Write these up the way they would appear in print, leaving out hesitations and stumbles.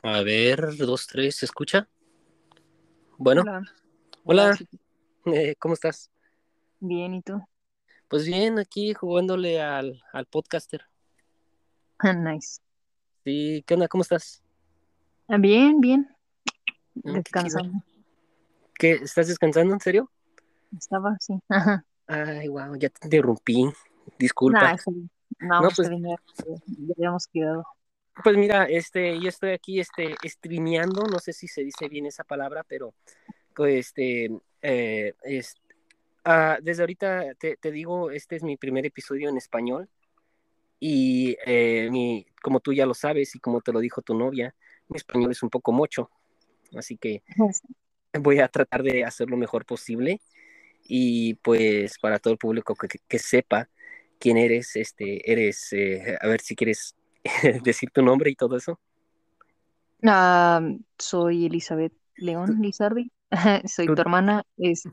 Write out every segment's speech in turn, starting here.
A ver, dos, tres, ¿se escucha? Bueno, Hola, hola, hola, sí, ¿cómo estás? bien, ¿y tú? Pues bien, aquí jugándole al podcaster. Nice. Sí, ¿qué onda? ¿Cómo estás? Bien, bien, Qué chido. descansando. ¿Qué, estás descansando, en serio? Estaba así. Ajá. Ay, wow, ya te interrumpí. Disculpa. Nah, está bien. No, No, está pues, bien, ya habíamos quedado. pues mira, yo estoy aquí, streameando, no sé si se dice bien esa palabra, pero, pues, eh, es- desde ahorita te digo, este es mi primer episodio en español. Y como tú ya lo sabes y como te lo dijo tu novia, mi español es un poco mocho, así que voy a tratar de hacer lo mejor posible y pues para todo el público que sepa quién eres, a ver si quieres decir tu nombre y todo eso. Ah, soy Elizabeth León Lizardi. Soy Tú- tu hermana.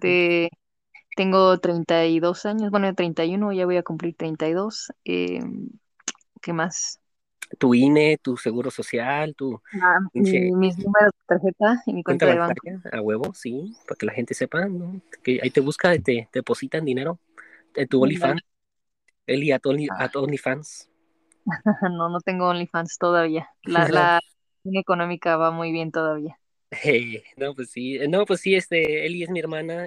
Tengo 32 años, bueno, 31, ya voy a cumplir 32. ¿Qué más? tu INE, tu seguro social, tu pinche Mis números de tarjeta y mi cuenta cuenta de banco. bancaria, a huevo, sí, para que la gente sepa, ¿no? Que ahí te busca y te depositan dinero en tu Ándale. OnlyFans, Eli at OnlyFans. No, no tengo OnlyFans todavía. La línea económica va muy bien todavía. No, pues sí, Eli es mi hermana,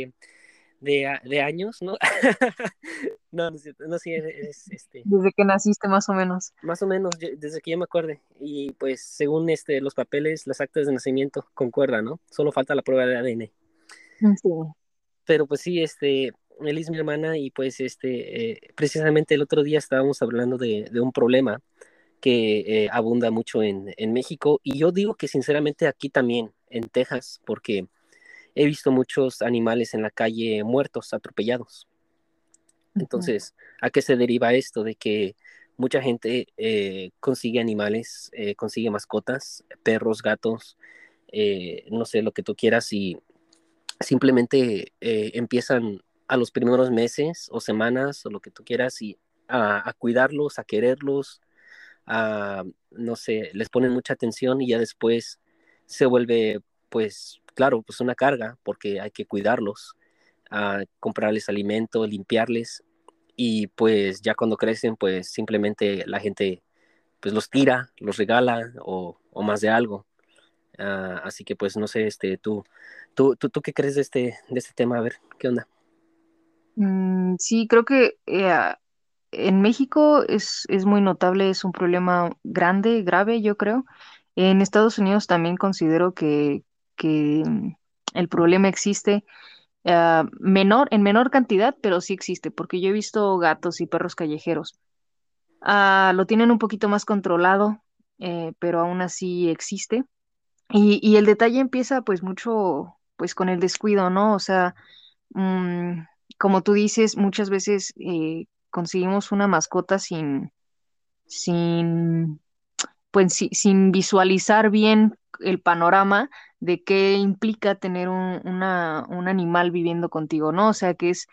de años, ¿no? No, no es cierto, no, sí, Desde que naciste, más o menos. más o menos desde que yo me acuerde, y pues según, los papeles, las actas de nacimiento concuerdan, ¿no? Solo falta la prueba de ADN, Sí. pero pues sí, Eli es mi hermana, y pues, precisamente el otro día estábamos hablando de un problema que abunda mucho en México, y yo digo que sinceramente aquí también, en Texas, porque he visto muchos animales en la calle muertos, atropellados. Ujú. Entonces, ¿a qué se deriva esto? De que mucha gente consigue animales, consigue mascotas, perros, gatos, no sé, lo que tú quieras, y simplemente empiezan a los primeros meses o semanas o lo que tú quieras y a cuidarlos, a quererlos, no sé, les ponen mucha atención, y ya después se vuelve, pues, claro, pues una carga porque hay que cuidarlos, a comprarles alimento, limpiarles, y pues ya cuando crecen, pues simplemente la gente pues los tira, los regala, o más de algo. Así que pues no sé, tú qué crees de este tema, a ver, ¿qué onda? Sí, creo que en México es muy notable, es un problema grande, grave, yo creo. En Estados Unidos también considero que el problema existe en menor cantidad, pero sí existe, porque yo he visto gatos y perros callejeros. Lo tienen un poquito más controlado, pero aún así existe. Y el detalle empieza pues mucho pues con el descuido, ¿no? O sea, mm, como tú dices, muchas veces conseguimos una mascota sin, pues, sin visualizar bien el panorama de qué implica tener un animal viviendo contigo, ¿no? O sea,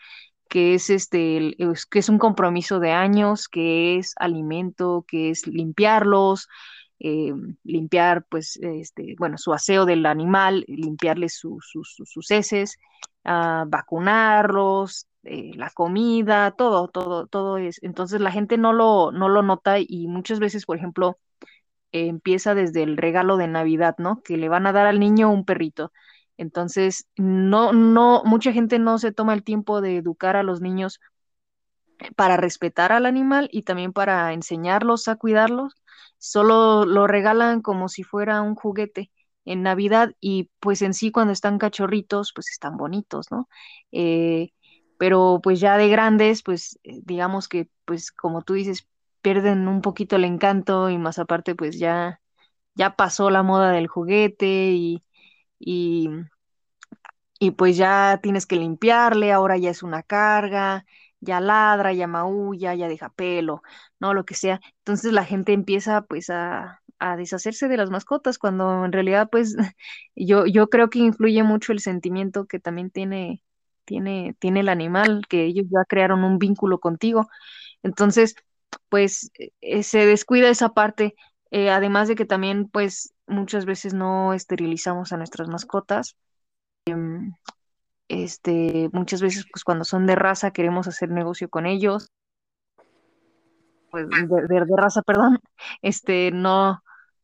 que es un compromiso de años, que es alimento, que es limpiarlos, eh, limpiar, pues, bueno, su aseo del animal, limpiarles sus heces, vacunarlos, la comida, todo es. Entonces la gente no lo nota y muchas veces, por ejemplo, empieza desde el regalo de Navidad, ¿no? Que le van a dar al niño un perrito. Entonces, mucha gente no se toma el tiempo de educar a los niños para respetar al animal y también para enseñarlos a cuidarlos. Solo lo regalan como si fuera un juguete en Navidad y pues en sí cuando están cachorritos pues están bonitos, ¿no? Eh, pero pues ya de grandes pues digamos que pues como tú dices pierden un poquito el encanto y más aparte pues ya pasó la moda del juguete y y pues ya tienes que limpiarle, ahora ya es una carga, ya ladra, ya maulla, ya deja pelo, ¿no? Lo que sea. Entonces la gente empieza pues a deshacerse de las mascotas cuando en realidad pues yo creo que influye mucho el sentimiento que también tiene el animal, que ellos ya crearon un vínculo contigo. Entonces, pues se descuida esa parte, además de que también pues muchas veces no esterilizamos a nuestras mascotas. Muchas veces, pues cuando son de raza, queremos hacer negocio con ellos, pues de raza, perdón, no,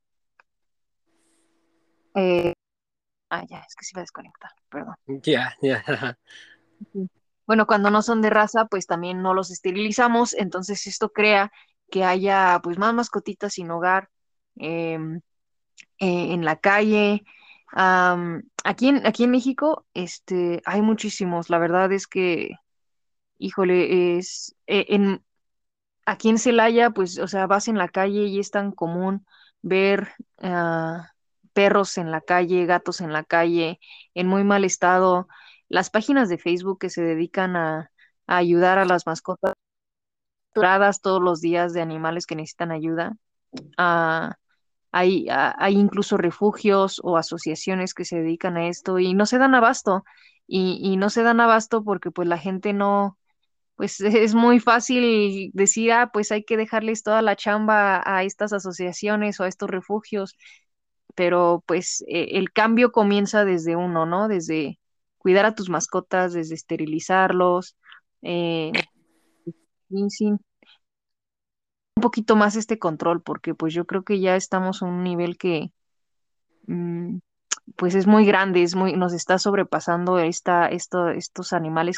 eh, ya, es que se iba a desconectar, perdón. Ya, ya. Ujú. Bueno, cuando no son de raza, pues también no los esterilizamos, entonces esto crea que haya pues más mascotitas sin hogar em, en la calle. Aquí en México, hay muchísimos. La verdad es que, híjole, aquí en Celaya, pues, o sea, vas en la calle y es tan común ver perros en la calle, gatos en la calle, en muy mal estado. Las páginas de Facebook que se dedican a ayudar a las mascotas capturadas todos los días de animales que necesitan ayuda. Ah, hay incluso refugios o asociaciones que se dedican a esto y no se dan abasto. Y no se dan abasto porque pues la gente no, pues es muy fácil decir, pues hay que dejarles toda la chamba a estas asociaciones o a estos refugios, pero pues el cambio comienza desde uno, ¿no? Desde cuidar a tus mascotas, desde esterilizarlos, eh, y sí, un poquito más este control, porque pues yo creo que ya estamos a un nivel que mm, pues es muy grande, nos está sobrepasando estos animales.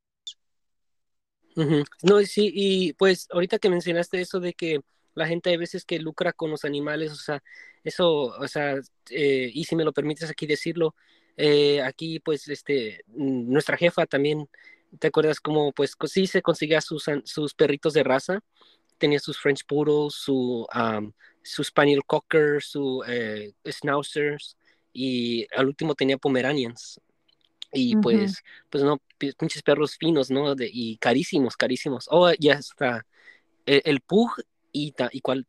Ujú. No, sí, y pues ahorita que mencionaste eso de que la gente hay veces que lucra con los animales, o sea, eso, o sea, y si me lo permites aquí decirlo, aquí pues nuestra jefa también, ¿te acuerdas cómo pues sí se conseguía sus perritos de raza? Tenía sus French Poodles, su Spaniel Cocker, su Schnauzers, y al último tenía Pomeranians. Y Ujú. pues no, pinches perros finos, ¿no? Y carísimos, carísimos. Oh, ya está. El Pug y cuál,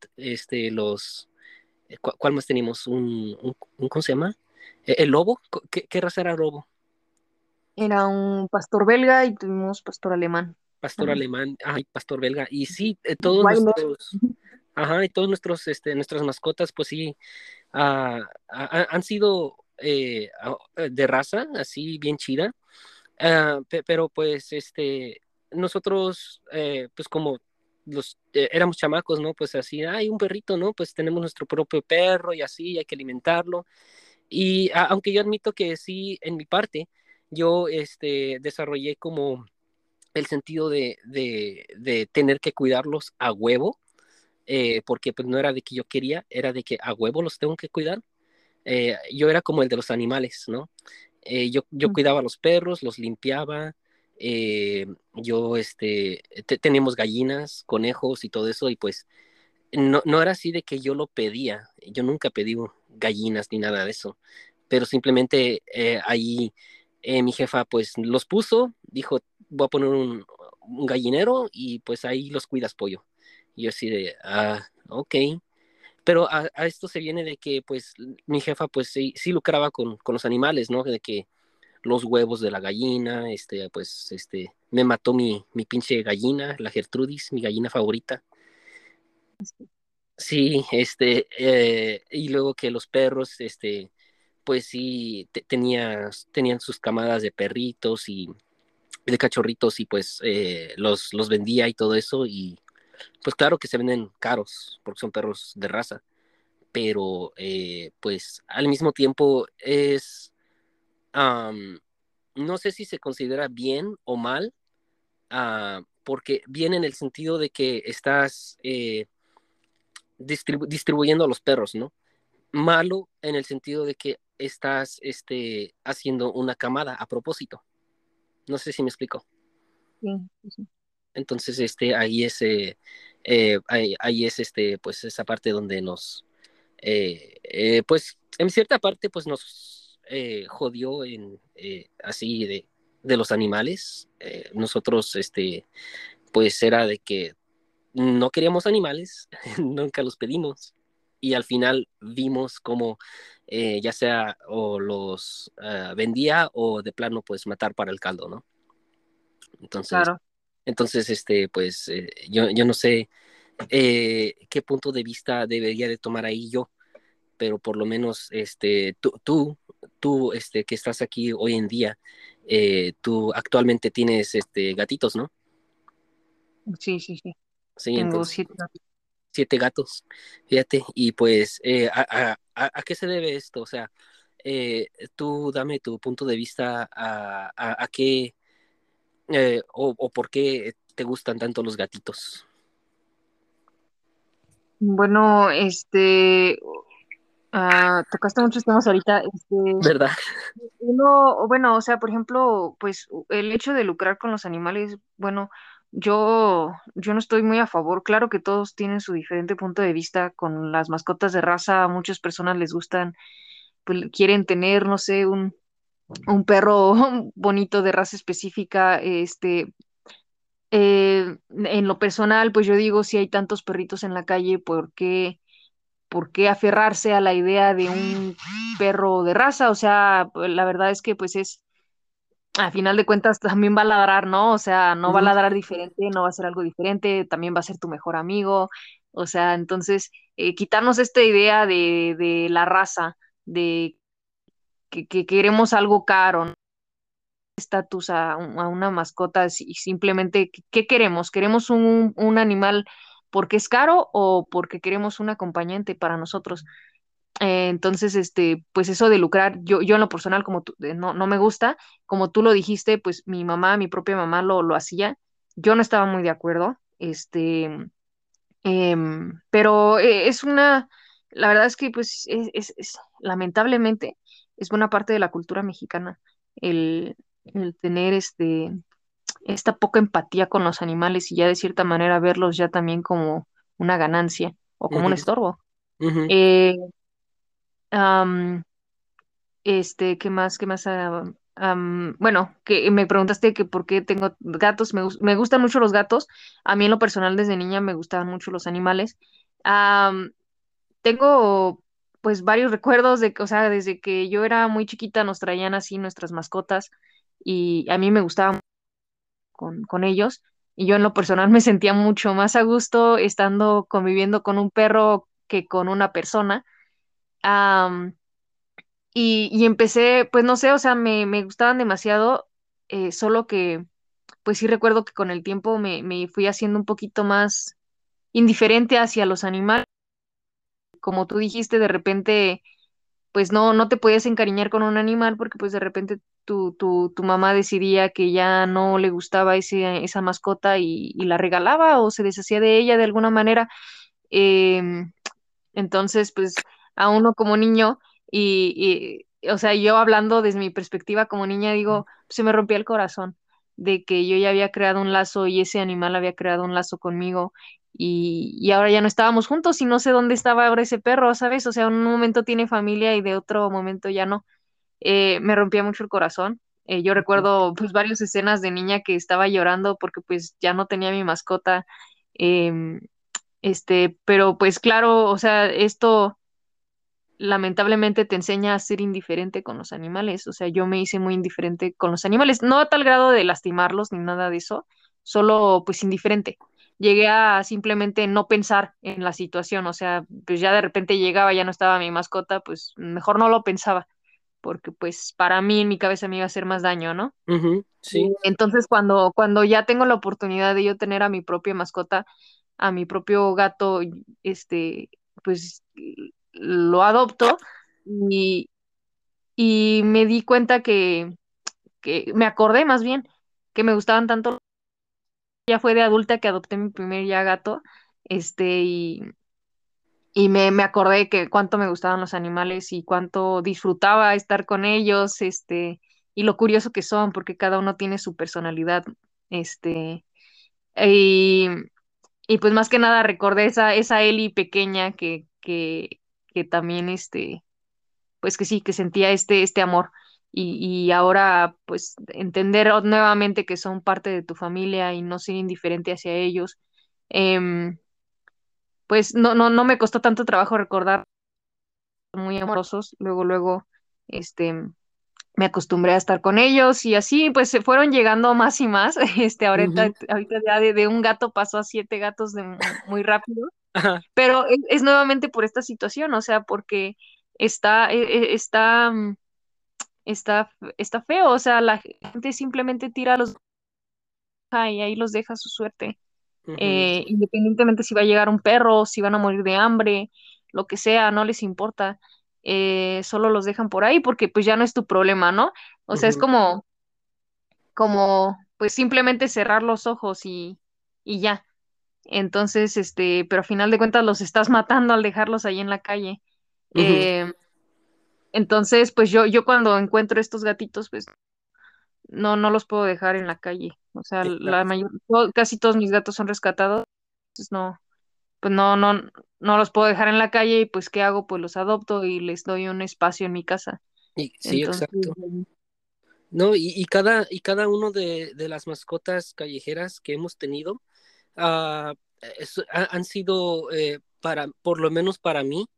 ¿cuál más teníamos? ¿Cómo se llama? El lobo. ¿Qué raza era lobo? Era un pastor belga y tuvimos pastor alemán Pastor también. alemán, ay, pastor belga. Y sí, Rottweiler. ajá, y todos nuestras mascotas, pues sí, han sido de raza, así bien chida. Pero pues nosotros pues como éramos chamacos, ¿no? Pues así, hay un perrito, ¿no? Pues tenemos nuestro propio perro y así, hay que alimentarlo. Y aunque yo admito que sí, en mi parte, yo desarrollé como el sentido de tener que cuidarlos a huevo, porque pues no era de que yo quería, era de que a huevo los tengo que cuidar. Yo era como el de los animales, ¿no? Yo cuidaba a los perros, los limpiaba, yo, teníamos gallinas, conejos y todo eso, y pues no era así de que yo lo pedía, yo nunca pedí gallinas ni nada de eso, pero simplemente ahí mi jefa pues los puso, dijo, voy a poner un gallinero y pues ahí los cuidas, pollo. Y yo así de, ok. Pero a esto se viene de que, pues, mi jefa, pues, sí lucraba con los animales, ¿no? De que los huevos de la gallina, pues, me mató mi pinche gallina, la Gertrudis, mi gallina favorita. Sí, y luego que los perros, pues sí, tenían sus camadas de perritos y de cachorritos y pues los vendía y todo eso y pues claro que se venden caros porque son perros de raza, pero pues al mismo tiempo am, no sé si se considera bien o mal, porque bien en el sentido de que estás distribuyendo a los perros, ¿no? Malo en el sentido de que estás haciendo una camada a propósito. No sé si me explico. Sí, sí, sí. Entonces, ahí es, ahí es, pues esa parte donde pues en cierta parte, pues nos jodió así de los animales. Nosotros, pues era de que no queríamos animales, nunca los pedimos. Y al final vimos como ya sea o los vendía o de plano pues matar para el caldo, ¿no? Entonces, Claro. pues yo no sé qué punto de vista debería de tomar ahí yo, pero por lo menos que estás aquí hoy en día, tú actualmente tienes gatitos, ¿no? Sí, sí, sí. Sí, Tengo entonces 7 gatos. 7 gatos, fíjate, y pues, ¿a qué se debe esto? O sea, tú dame tu punto de vista a qué, o por qué te gustan tanto los gatitos, Bueno, tocaste muchos temas ahorita. ¿verdad? Uno, bueno, o sea, por ejemplo, pues el hecho de lucrar con los animales, bueno, yo no estoy muy a favor. Claro que todos tienen su diferente punto de vista con las mascotas de raza. A muchas personas les gustan, pues quieren tener, no sé, un perro bonito de raza específica. En lo personal, pues yo digo, si hay tantos perritos en la calle, ¿por qué aferrarse a la idea de un perro de raza? O sea, pues, la verdad es que pues a final de cuentas también va a ladrar, ¿no? O sea, no va a Ujú, ladrar diferente, no va a ser algo diferente, también va a ser tu mejor amigo. O sea, entonces, quitarnos esta idea de la raza, de que queremos algo caro, ¿no? Estatus a una mascota y simplemente, ¿qué queremos? ¿Queremos un animal porque es caro o porque queremos un acompañante para nosotros? Entonces, pues eso de lucrar, yo en lo personal, como tú, no me gusta, como tú lo dijiste, pues mi propia mamá lo hacía, yo no estaba muy de acuerdo, pero la verdad es que pues lamentablemente es buena parte de la cultura mexicana el tener esta poca empatía con los animales y ya de cierta manera verlos ya también como una ganancia o como un ujú, estorbo. ujú, Eh, am, ¿Qué más? ¿Qué más? Bueno, que me preguntaste que por qué tengo gatos. Me gustan mucho los gatos. A mí en lo personal desde niña me gustaban mucho los animales. Am, Tengo pues varios recuerdos de que, o sea, desde que yo era muy chiquita nos traían así nuestras mascotas y a mí me gustaba con ellos. Y yo en lo personal me sentía mucho más a gusto estando conviviendo con un perro que con una persona. Y empecé, pues no sé, o sea, me gustaban demasiado, solo que, pues sí recuerdo que con el tiempo me fui haciendo un poquito más indiferente hacia los animales. Como tú dijiste, de repente, pues no te puedes encariñar con un animal porque pues de repente tu mamá decidía que ya no le gustaba esa mascota y la regalaba o se deshacía de ella de alguna manera. Em, entonces, pues a uno como niño o sea, yo hablando desde mi perspectiva como niña, digo, se me rompía el corazón de que yo ya había creado un lazo y ese animal había creado un lazo conmigo y ahora ya no estábamos juntos y no sé dónde estaba ahora ese perro, ¿sabes? O sea, en un momento tiene familia y de otro momento ya no. Me rompía mucho el corazón. Yo recuerdo pues varias escenas de niña que estaba llorando porque pues ya no tenía mi mascota. em, pero pues claro, o sea, esto lamentablemente te enseña a ser indiferente con los animales. O sea, yo me hice muy indiferente con los animales, no a tal grado de lastimarlos ni nada de eso, solo pues indiferente. Llegué a simplemente no pensar en la situación, o sea, pues ya de repente llegaba, ya no estaba mi mascota, pues mejor no lo pensaba, porque pues para mí en mi cabeza me iba a hacer más daño, ¿no? ujú, sí, Entonces, cuando ya tengo la oportunidad de yo tener a mi propia mascota, a mi propio gato, pues lo adopto y, y me di cuenta que me acordé más bien que me gustaban tanto. Ya fue de adulta que adopté mi primer ya gato, este, y, y me acordé que cuánto me gustaban los animales y cuánto disfrutaba estar con ellos, y lo curioso que son, porque cada uno tiene su personalidad, este. Y, y pues más que nada recordé esa Ellie pequeña que también, pues que sí, que sentía este amor. Y ahora, pues, entender nuevamente que son parte de tu familia y no ser indiferente hacia ellos. Em, pues no me costó tanto trabajo recordar, muy amorosos. Luego, este, me acostumbré a estar con ellos y así, pues, se fueron llegando más y más. Ahorita, ujú, ahorita ya de un gato pasó a 7 gatos muy rápido. Ajá. Pero es nuevamente por esta situación, o sea, porque está, está feo, o sea, la gente simplemente tira a los y ahí los deja a su suerte. Ujú, Independientemente si va a llegar un perro, si van a morir de hambre, lo que sea, no les importa. Solo los dejan por ahí porque pues ya no es tu problema, ¿no? O sea, es ujú. como pues simplemente cerrar los ojos y ya. Entonces, pero a final de cuentas los estás matando al dejarlos ahí en la calle. Ujú. Eh, entonces, pues yo cuando encuentro estos gatitos, pues no los puedo dejar en la calle. O sea, Exacto. casi todos mis gatos son rescatados, entonces no, pues no los puedo dejar en la calle y pues ¿qué hago? Pues los adopto y les doy un espacio en mi casa. Sí, Entonces, exacto. No, y cada uno de las mascotas callejeras que hemos tenido ah, han sido, por lo menos para mí,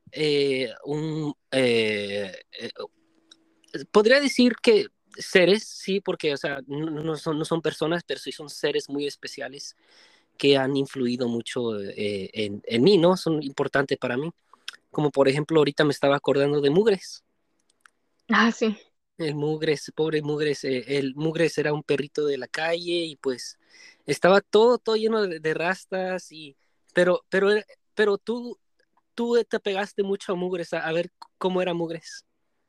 podría decir que seres, sí, porque, o sea, no son personas, pero sí son seres muy especiales que han influido mucho en mí, ¿no? Son importantes para mí. Como por ejemplo, ahorita me estaba acordando de Mugres. sí. El Mugres, pobre Mugres, el Mugres era un perrito de la calle y pues estaba todo lleno de rastas pero, pero, pero tú te pegaste mucho a Mugres, a ver cómo era Mugres.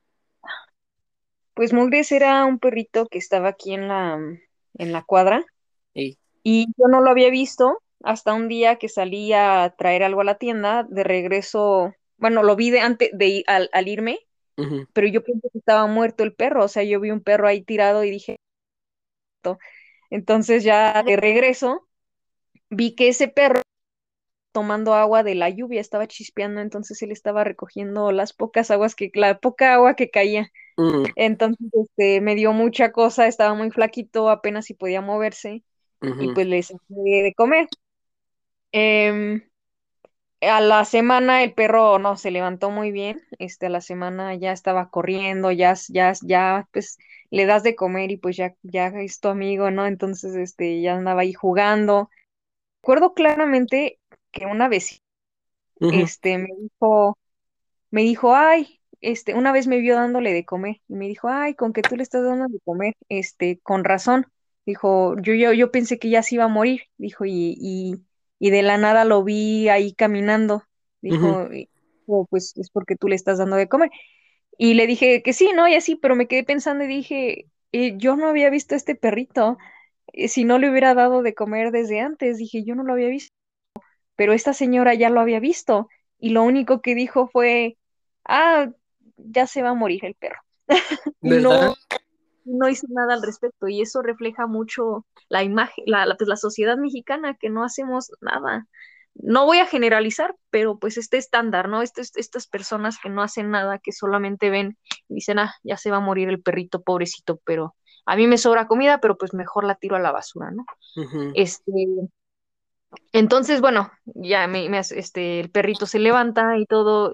Pues Mugres era un perrito que estaba aquí en la cuadra Y, y yo no lo había visto hasta un día que salí a traer algo a la tienda. De regreso, bueno, lo vi de antes al irme, ujú, pero yo pensé que estaba muerto el perro, o sea, yo vi un perro ahí tirado y dije, "Esto". Entonces ya de regreso vi que ese perro tomando agua de la lluvia, estaba chispeando, entonces él estaba recogiendo la poca agua que caía. ujú, Entonces, me dio mucha cosa, estaba muy flaquito, apenas si podía moverse, y ujú, pues le saqué de comer. Em, a la semana el perro no se levantó muy bien, a la semana ya estaba corriendo, ya, pues le das de comer y pues ya es tu amigo, ¿no? Entonces, ya andaba ahí jugando. Recuerdo claramente que una vez, ujú, este, me dijo, me dijo, ay, una vez me vio dándole de comer y me dijo, ay, con que tú le estás dando de comer, con razón. Dijo, yo pensé que ya se iba a morir, dijo, y de la nada lo vi ahí caminando. ujú. Dijo, pues es porque tú le estás dando de comer. Y le dije que sí, ¿no? Y así, pero me quedé pensando y dije, yo no había visto a este perrito. Si no le hubiera dado de comer desde antes, dije, yo no lo había visto, pero esta señora ya lo había visto y lo único que dijo fue, ah, ya se va a morir el perro. Y ¿Verdad? no hizo nada al respecto y eso refleja mucho la imagen, pues, la sociedad mexicana, que no hacemos nada. No voy a generalizar, pero pues este estándar, ¿no? Estas personas que no hacen nada, que solamente ven y dicen, ah, ya se va a morir el perrito, pobrecito, pero a mí me sobra comida, pero pues mejor la tiro a la basura, ¿no? Ujú, Este, entonces, bueno, ya el perrito se levanta y todo,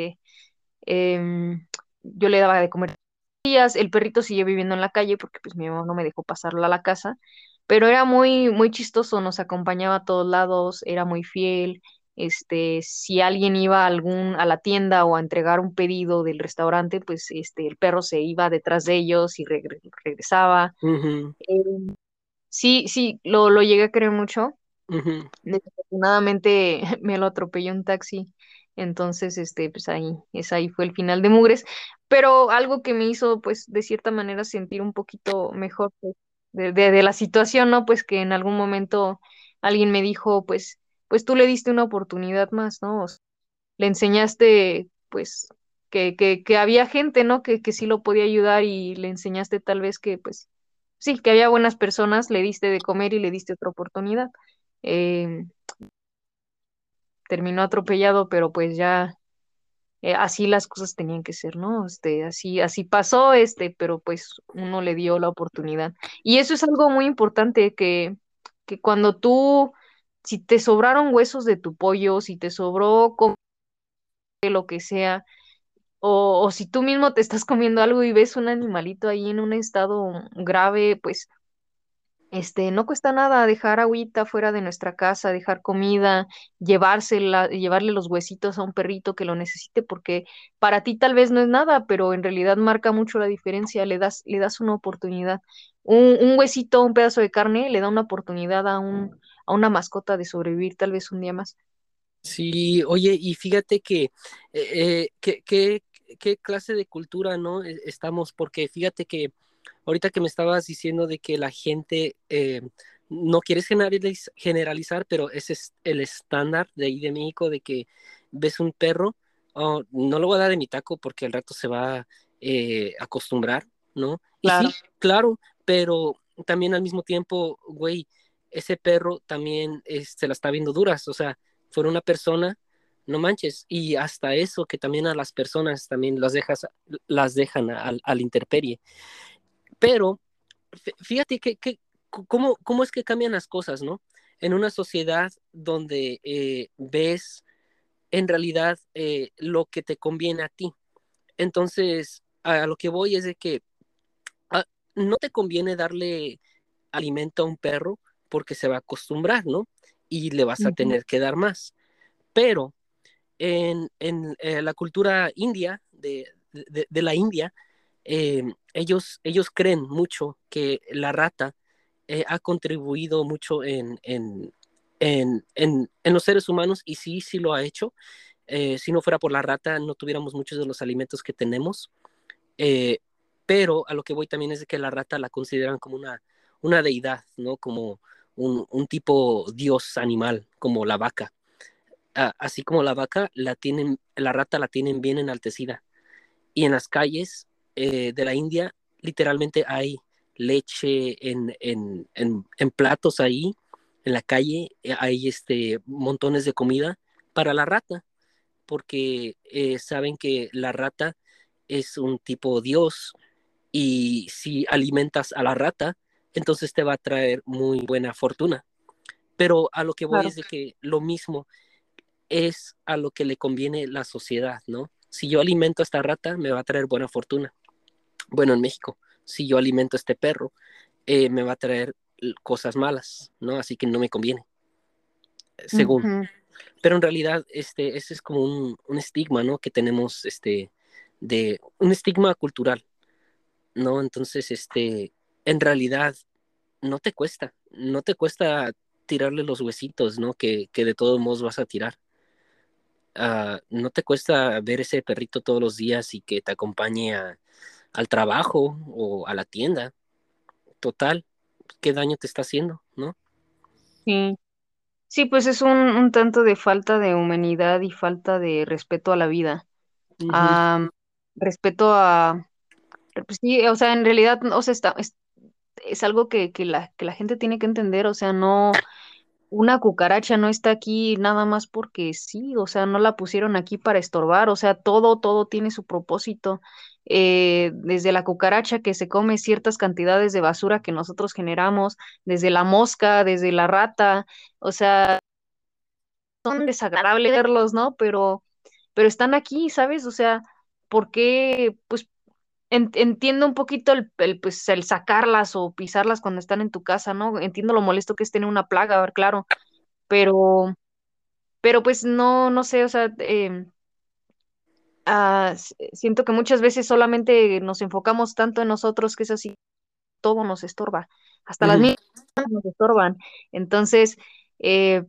yo le daba de comer días, el perrito siguió viviendo en la calle porque pues mi mamá no me dejó pasarlo a la casa, pero era muy, muy chistoso, nos acompañaba a todos lados, era muy fiel, si alguien iba a la tienda o a entregar un pedido del restaurante, pues el perro se iba detrás de ellos y regresaba. ujú, Eh, sí, sí, lo llegué a querer mucho. ujú. Desafortunadamente me lo atropelló un taxi, entonces pues ahí fue el final de Mugres, pero algo que me hizo pues de cierta manera sentir un poquito mejor pues, de la situación, ¿no? Pues que en algún momento alguien me dijo, pues tú le diste una oportunidad más, ¿no? O sea, le enseñaste pues que había gente, ¿no? Que sí lo podía ayudar y le enseñaste tal vez que pues sí, que había buenas personas, le diste de comer y le diste otra oportunidad. Em, Terminó atropellado, pero pues ya así las cosas tenían que ser, ¿no? Así pasó, pero pues uno le dio la oportunidad. Y eso es algo muy importante que cuando si te sobraron huesos de tu pollo, si te sobró de lo que sea, o si tú mismo te estás comiendo algo y ves un animalito ahí en un estado grave, pues No cuesta nada dejar agüita fuera de nuestra casa, dejar comida, llevarle los huesitos a un perrito que lo necesite, porque para ti tal vez no es nada, pero en realidad marca mucho la diferencia, le das una oportunidad. Un huesito, un pedazo de carne le da una oportunidad a una mascota de sobrevivir tal vez un día más. Sí, oye, y fíjate que, qué clase de cultura, ¿no? Estamos, porque fíjate que ahorita que me estabas diciendo de que la gente, no quieres generalizar, pero ese es el estándar de ahí de México, de que ves un perro, oh, no lo voy a dar de mi taco porque al rato se va a acostumbrar, ¿no? Y sí, Claro. claro, pero también al mismo tiempo, güey, ese perro también se la está viendo duras, o sea, fuera una persona, no manches, y hasta eso que también a las personas también las dejan al intemperie. Pero fíjate cómo es que cambian las cosas, ¿no? En una sociedad donde ves en realidad lo que te conviene a ti. Entonces, a lo que voy es de que ah, no te conviene darle alimento a un perro porque se va a acostumbrar, ¿no? Y le vas a Ujú. tener que dar más. Pero la cultura india, de la India, ellos creen mucho que la rata ha contribuido mucho en los seres humanos y sí, sí lo ha hecho. Si no fuera por la rata, no tuviéramos muchos de los alimentos que tenemos. Eh, pero a lo que voy también es de que la rata la consideran como una deidad, ¿no? Como un tipo dios animal, como la vaca. Así como la vaca, la rata la tienen bien enaltecida. Y en las calles de la India, literalmente hay leche en platos ahí, en la calle, hay montones de comida para la rata, porque saben que la rata es un tipo dios y si alimentas a la rata, entonces te va a traer muy buena fortuna. Pero a lo que voy Claro. es de que lo mismo es a lo que le conviene la sociedad, ¿no? Si yo alimento a esta rata, me va a traer buena fortuna. Bueno, en México, si yo alimento a este perro, me va a traer cosas malas, ¿no? Así que no me conviene, según. Ujú. Pero en realidad, ese es como un estigma, ¿no? Que tenemos, de un estigma cultural, ¿no? Entonces, en realidad, no te cuesta tirarle los huesitos, ¿no? Que de todos modos vas a tirar. No te cuesta ver ese perrito todos los días y que te acompañe al trabajo o a la tienda. Total, ¿qué daño te está haciendo, no? Sí. Sí, pues es un tanto de falta de humanidad y falta de respeto a la vida. Ujú, Am, respeto a, pues sí, o sea, en realidad, o sea, es algo que la gente tiene que entender, o sea, no, una cucaracha no está aquí nada más porque sí, o sea, no la pusieron aquí para estorbar, o sea, todo tiene su propósito. Desde la cucaracha que se come ciertas cantidades de basura que nosotros generamos, desde la mosca, desde la rata, o sea, son desagradables verlos, ¿no? Pero están aquí, ¿sabes? O sea, ¿por qué? Pues entiendo un poquito pues, el sacarlas o pisarlas cuando están en tu casa, ¿no? Entiendo lo molesto que es tener una plaga, a ver, claro, pero, pero pues no, no sé, o sea, siento que muchas veces solamente nos enfocamos tanto en nosotros que es así, todo nos estorba, hasta las ujú, mismas nos estorban. Entonces, eh,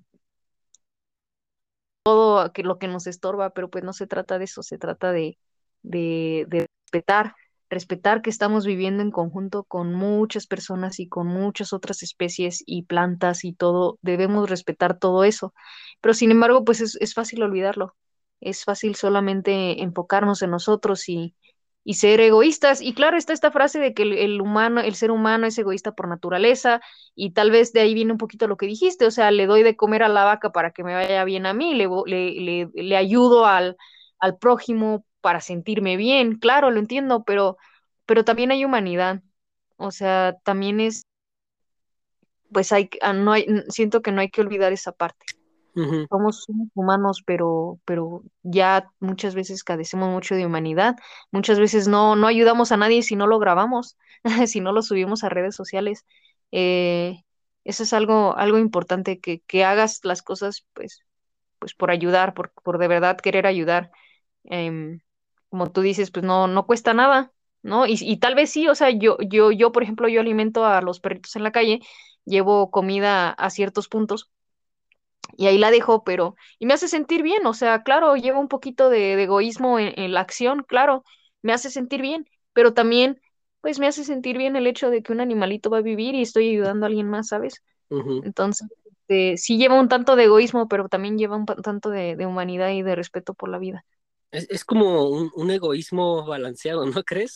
todo lo que nos estorba, pero pues no se trata de eso, se trata de respetar, respetar que estamos viviendo en conjunto con muchas personas y con muchas otras especies y plantas y todo, debemos respetar todo eso. Pero sin embargo, pues es fácil olvidarlo, es fácil solamente enfocarnos en nosotros y ser egoístas. Y claro, está esta frase de que el humano, el ser humano es egoísta por naturaleza y tal vez de ahí viene un poquito lo que dijiste, o sea, le doy de comer a la vaca para que me vaya bien a mí, le ayudo al prójimo para sentirme bien, claro, lo entiendo, pero también hay humanidad, o sea, también es, pues no hay, siento que no hay que olvidar esa parte. ujú, Somos humanos, pero ya muchas veces carecemos mucho de humanidad, muchas veces no ayudamos a nadie si no lo grabamos, si no lo subimos a redes sociales. Eh, Eso es algo importante, que hagas las cosas pues por ayudar, por de verdad querer ayudar. Em, Como tú dices, pues no cuesta nada, ¿no? Y tal vez sí, o sea, yo, por ejemplo, yo alimento a los perritos en la calle, llevo comida a ciertos puntos y ahí la dejo, y me hace sentir bien, o sea, claro, lleva un poquito de egoísmo en la acción, claro, me hace sentir bien, pero también, pues me hace sentir bien el hecho de que un animalito va a vivir y estoy ayudando a alguien más, ¿sabes? Ujú. Entonces, sí lleva un tanto de egoísmo, pero también lleva un tanto de humanidad y de respeto por la vida. Es como un egoísmo balanceado, ¿no crees?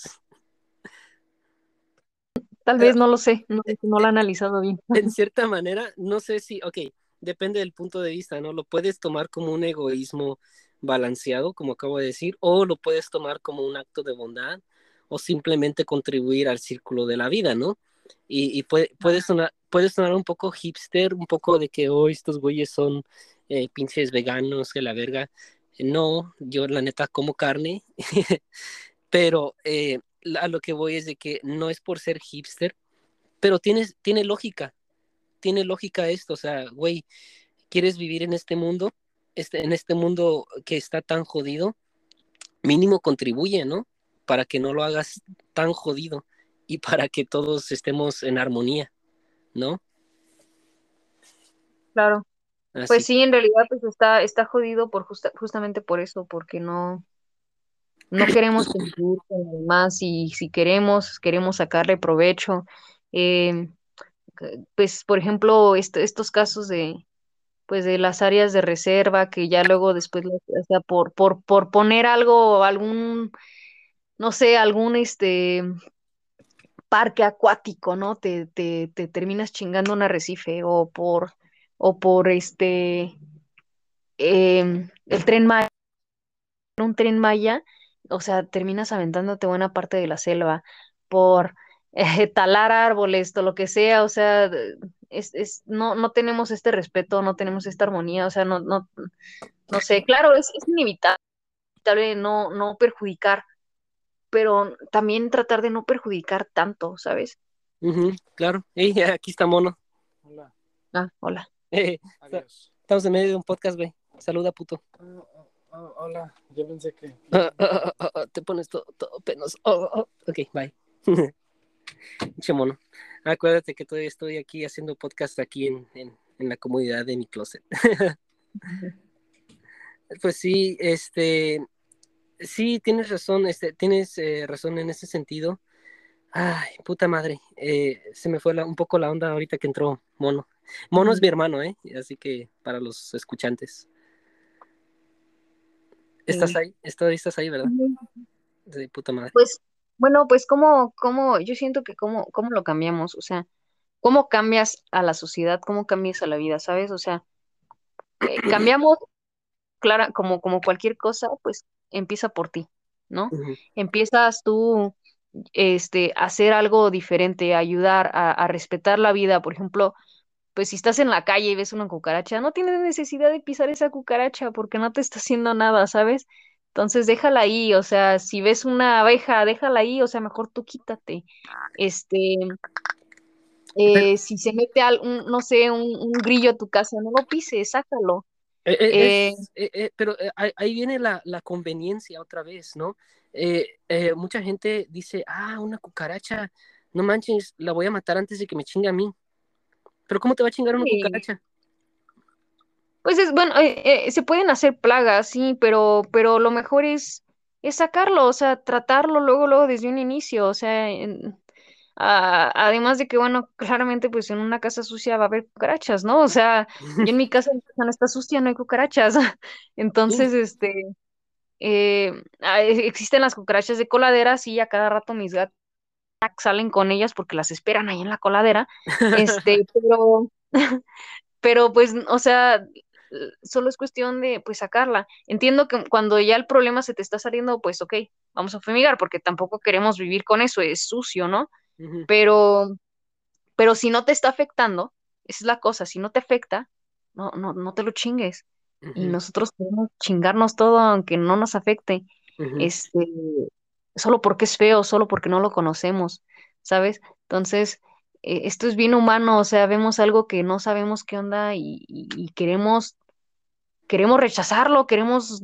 Tal Eh, vez, no lo sé, no lo eh, he analizado bien. en cierta manera, no sé si, ok, depende del punto de vista, ¿no? Lo puedes tomar como un egoísmo balanceado, como acabo de decir, o lo puedes tomar como un acto de bondad, o simplemente contribuir al círculo de la vida, ¿no? Y puede sonar un poco hipster, un poco de que hoy estos güeyes son pinches veganos, que la verga. No, yo la neta como carne, pero a lo que voy es de que no es por ser hipster, pero tiene lógica esto, o sea, güey, ¿quieres vivir en este mundo? En este mundo que está tan jodido, mínimo contribuye, ¿no? Para que no lo hagas tan jodido y para que todos estemos en armonía, ¿no? Claro. Pues Así. sí, en realidad pues está jodido justamente por eso, porque no queremos convivir con los demás y si queremos sacarle provecho. Eh, pues, por ejemplo, estos casos pues de las áreas de reserva que ya luego después, o sea, por poner algo, no sé, algún parque acuático, ¿no? Te terminas chingando un arrecife o por el Tren Maya, un Tren Maya, o sea, terminas aventándote buena parte de la selva por talar árboles, todo lo que sea, o sea, no tenemos este respeto, no tenemos esta armonía, o sea, no sé, claro, es inevitable no perjudicar, pero también tratar de no perjudicar tanto, ¿sabes? Ujú, claro. Ey, aquí está Mono. Hola, Ah, hola. Eh, adiós. estamos en medio de un podcast, güey. Saluda, puto. Hola, yo pensé que... Te pones todo penoso. Ok, bye. Che mono. Acuérdate que todavía estoy aquí haciendo podcast aquí en la comodidad de mi closet. Pues sí, sí, tienes razón, tienes razón en ese sentido. Ay, puta madre, se me fue un poco la onda ahorita que entró Mono. Mono es Ujú. mi hermano, ¿eh? Así que para los escuchantes. ¿Estás Sí. ahí? ¿Estás ahí, verdad? Ujú. De puta madre. Pues, bueno, pues yo siento que cómo lo cambiamos, o sea, cómo cambias a la sociedad, cómo cambias a la vida, ¿sabes? O sea, cambiamos, clara, como cualquier cosa, pues empieza por ti, ¿no? Ujú, Empiezas tú, a hacer algo diferente, a ayudar, a respetar la vida, por ejemplo, pues si estás en la calle y ves una cucaracha, no tienes necesidad de pisar esa cucaracha porque no te está haciendo nada, ¿sabes? Entonces déjala ahí, o sea, si ves una abeja, déjala ahí, o sea, mejor tú quítate. Este, pero si se mete no sé, un grillo a tu casa, no lo pises, sácalo. Eh, pero ahí viene la conveniencia otra vez, ¿no? Mucha gente dice, una cucaracha, no manches, la voy a matar antes de que me chingue a mí. Pero ¿cómo te va a chingar una sí, cucaracha? pues bueno, se pueden hacer plagas, sí, pero lo mejor es sacarlo, o sea, tratarlo luego desde un inicio, o sea, además de que, bueno, claramente pues en una casa sucia va a haber cucarachas, ¿no? O sea, yo en mi casa no está sucia, no hay cucarachas. Entonces, existen las cucarachas de coladera, sí, a cada rato mis gatos salen con ellas porque las esperan ahí en la coladera, pero, pues, o sea, solo es cuestión de, pues, sacarla. Entiendo que cuando ya el problema se te está saliendo, pues, ok, vamos a fumigar, porque tampoco queremos vivir con eso, es sucio, ¿no? Ujú, Pero si no te está afectando, esa es la cosa, si no te afecta, no te lo chingues. Y ujú, nosotros podemos chingarnos todo aunque no nos afecte, ujú, este, solo porque es feo, solo porque no lo conocemos, ¿sabes? Entonces, esto es bien humano, o sea, vemos algo que no sabemos qué onda y queremos rechazarlo, queremos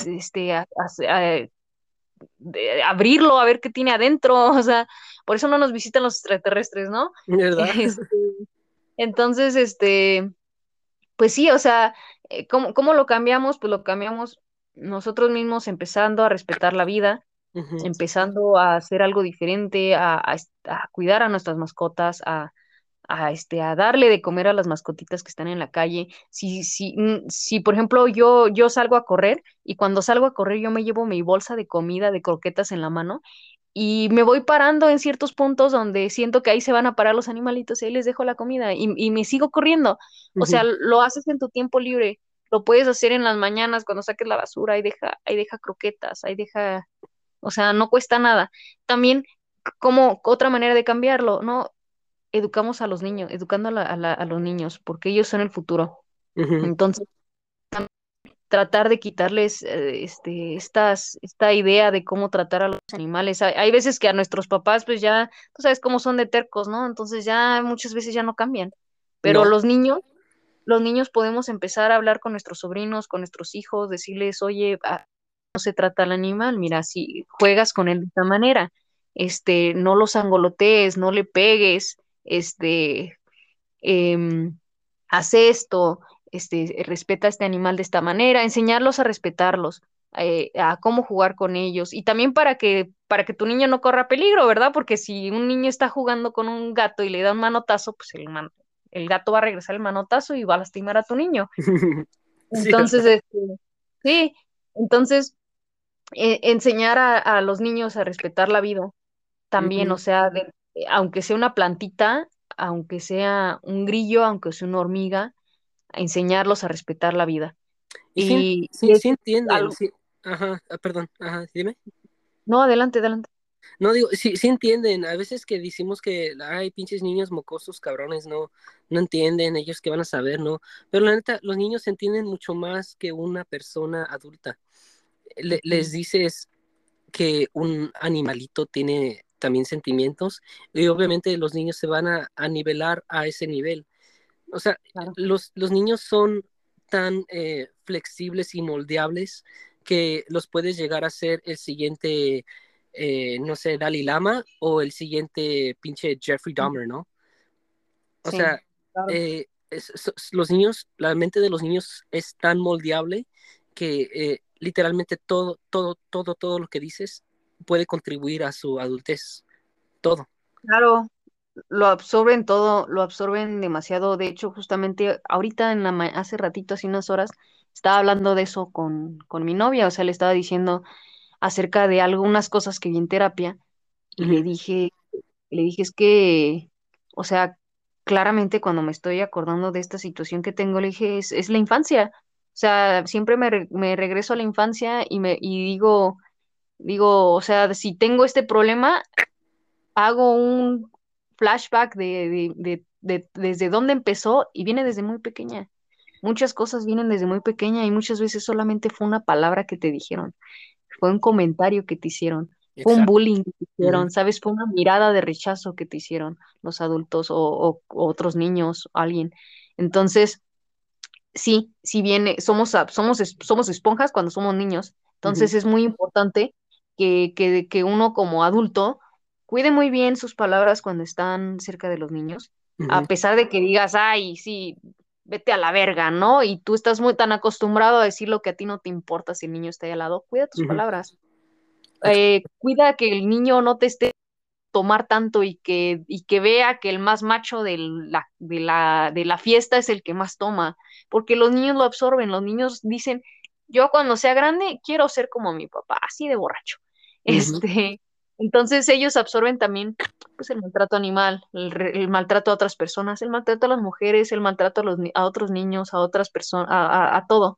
abrirlo, a ver qué tiene adentro, o sea, por eso no nos visitan los extraterrestres, ¿no? ¿Verdad? Este, entonces, pues sí, o sea, ¿cómo lo cambiamos? Pues lo cambiamos nosotros mismos empezando a respetar la vida, Ujú, empezando a hacer algo diferente, a cuidar a nuestras mascotas, a darle de comer a las mascotitas que están en la calle. Si por ejemplo, yo salgo a correr y cuando salgo a correr yo me llevo mi bolsa de comida, de croquetas en la mano y me voy parando en ciertos puntos donde siento que ahí se van a parar los animalitos y ahí les dejo la comida y me sigo corriendo. O sea, ujú, lo haces en tu tiempo libre. Lo puedes hacer en las mañanas cuando saques la basura, ahí deja croquetas, ahí deja, o sea, no cuesta nada. También como otra manera de cambiarlo, ¿no? Educamos a los niños, educando a los niños, porque ellos son el futuro. ujú. Entonces, tratar de quitarles esta idea de cómo tratar a los animales. Hay veces que a nuestros papás, pues ya, tú sabes cómo son de tercos, ¿no? Entonces ya muchas veces ya no cambian. Pero No. los niños podemos empezar a hablar con nuestros sobrinos, con nuestros hijos, decirles, oye, no se trata al animal, mira, si juegas con él de esta manera, no los angolotees, no le pegues, em, hace esto, respeta a este animal de esta manera, enseñarlos a respetarlos, a cómo jugar con ellos y también para que tu niño no corra peligro, ¿verdad? Porque si un niño está jugando con un gato y le da un manotazo, pues el gato va a regresar el manotazo y va a lastimar a tu niño. Sí, Entonces, ¿verdad? sí, entonces enseñar a los niños a respetar la vida también, o Ujú. sea, aunque sea una plantita, aunque sea un grillo, aunque sea una hormiga, a enseñarlos a respetar la vida. Y sí, Y sí, sí eso es entienden, algo. sí. Ajá, perdón, ajá, dime. No, adelante, adelante. No digo, sí, sí entienden. A veces que decimos que, ay, pinches niños mocosos, cabrones, no entienden, ellos que van a saber, ¿no? Pero la neta, los niños entienden mucho más que una persona adulta. Les Ujú. dices que un animalito tiene también sentimientos y obviamente los niños se van a nivelar a ese nivel. O sea, Claro, los niños son tan flexibles y moldeables que los puedes llegar a ser el siguiente, no sé, Dalai Lama o el siguiente pinche Jeffrey Dahmer, ¿no? O sí, sea, claro. los niños, la mente de los niños es tan moldeable que literalmente todo lo que dices puede contribuir a su adultez, todo. Claro, lo absorben todo, lo absorben demasiado. De hecho, justamente ahorita hace ratito, hace unas horas, estaba hablando de eso con mi novia, o sea, le estaba diciendo acerca de algunas cosas que vi en terapia y Ujú, le dije, es que, o sea, claramente cuando me estoy acordando de esta situación que tengo, le dije, es la infancia. O sea, siempre me regreso a la infancia y digo, o sea, si tengo este problema, hago un flashback desde dónde empezó y viene desde muy pequeña. Muchas cosas vienen desde muy pequeña y muchas veces solamente fue una palabra que te dijeron, fue un comentario que te hicieron, fue un exacto. bullying que te Ujú, hicieron, ¿sabes? Fue una mirada de rechazo que te hicieron los adultos o otros niños, alguien. Entonces, sí, si viene, somos esponjas cuando somos niños, ujú, entonces es muy importante que uno como adulto cuide muy bien sus palabras cuando están cerca de los niños, ujú, a pesar de que digas, ay, sí, vete a la verga, ¿no? Y tú estás muy tan acostumbrado a decir lo que a ti no te importa si el niño está ahí al lado, cuida tus ujú. palabras, Ex- cuida que el niño no te esté tomar tanto y que vea que el más macho de la fiesta es el que más toma, porque los niños lo absorben, los niños dicen, yo cuando sea grande quiero ser como mi papá, así de borracho. ujú, Entonces ellos absorben también pues el maltrato animal, el maltrato a otras personas, el maltrato a las mujeres, el maltrato a otros niños, a otras personas, a todo.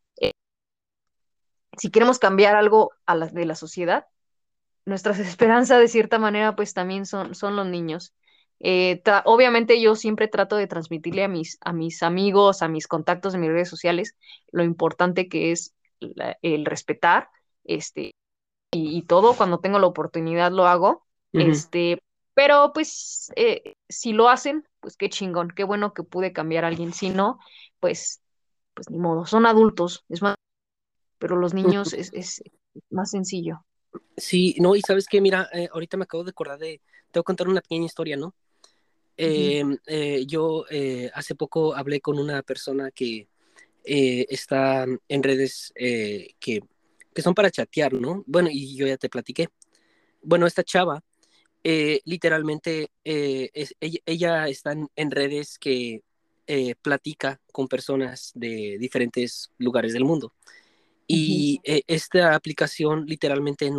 Si queremos cambiar algo de la sociedad, nuestra esperanza de cierta manera pues también son los niños. Obviamente yo siempre trato de transmitirle a mis amigos, a mis contactos de mis redes sociales, lo importante que es el respetar, y todo, cuando tengo la oportunidad lo hago, ujú. Pero pues si lo hacen, pues qué chingón, qué bueno que pude cambiar a alguien. Si no, pues, pues ni modo, son adultos, es más, pero los niños es más sencillo. Sí, no, y sabes qué, mira, ahorita me acabo de acordar te voy a contar una pequeña historia, ¿no? Ujú, Yo hace poco hablé con una persona que está en redes que son para chatear, ¿no? Bueno, y yo ya te platiqué. Bueno, esta chava, literalmente, ella está en redes que platica con personas de diferentes lugares del mundo. ujú. Y esta aplicación literalmente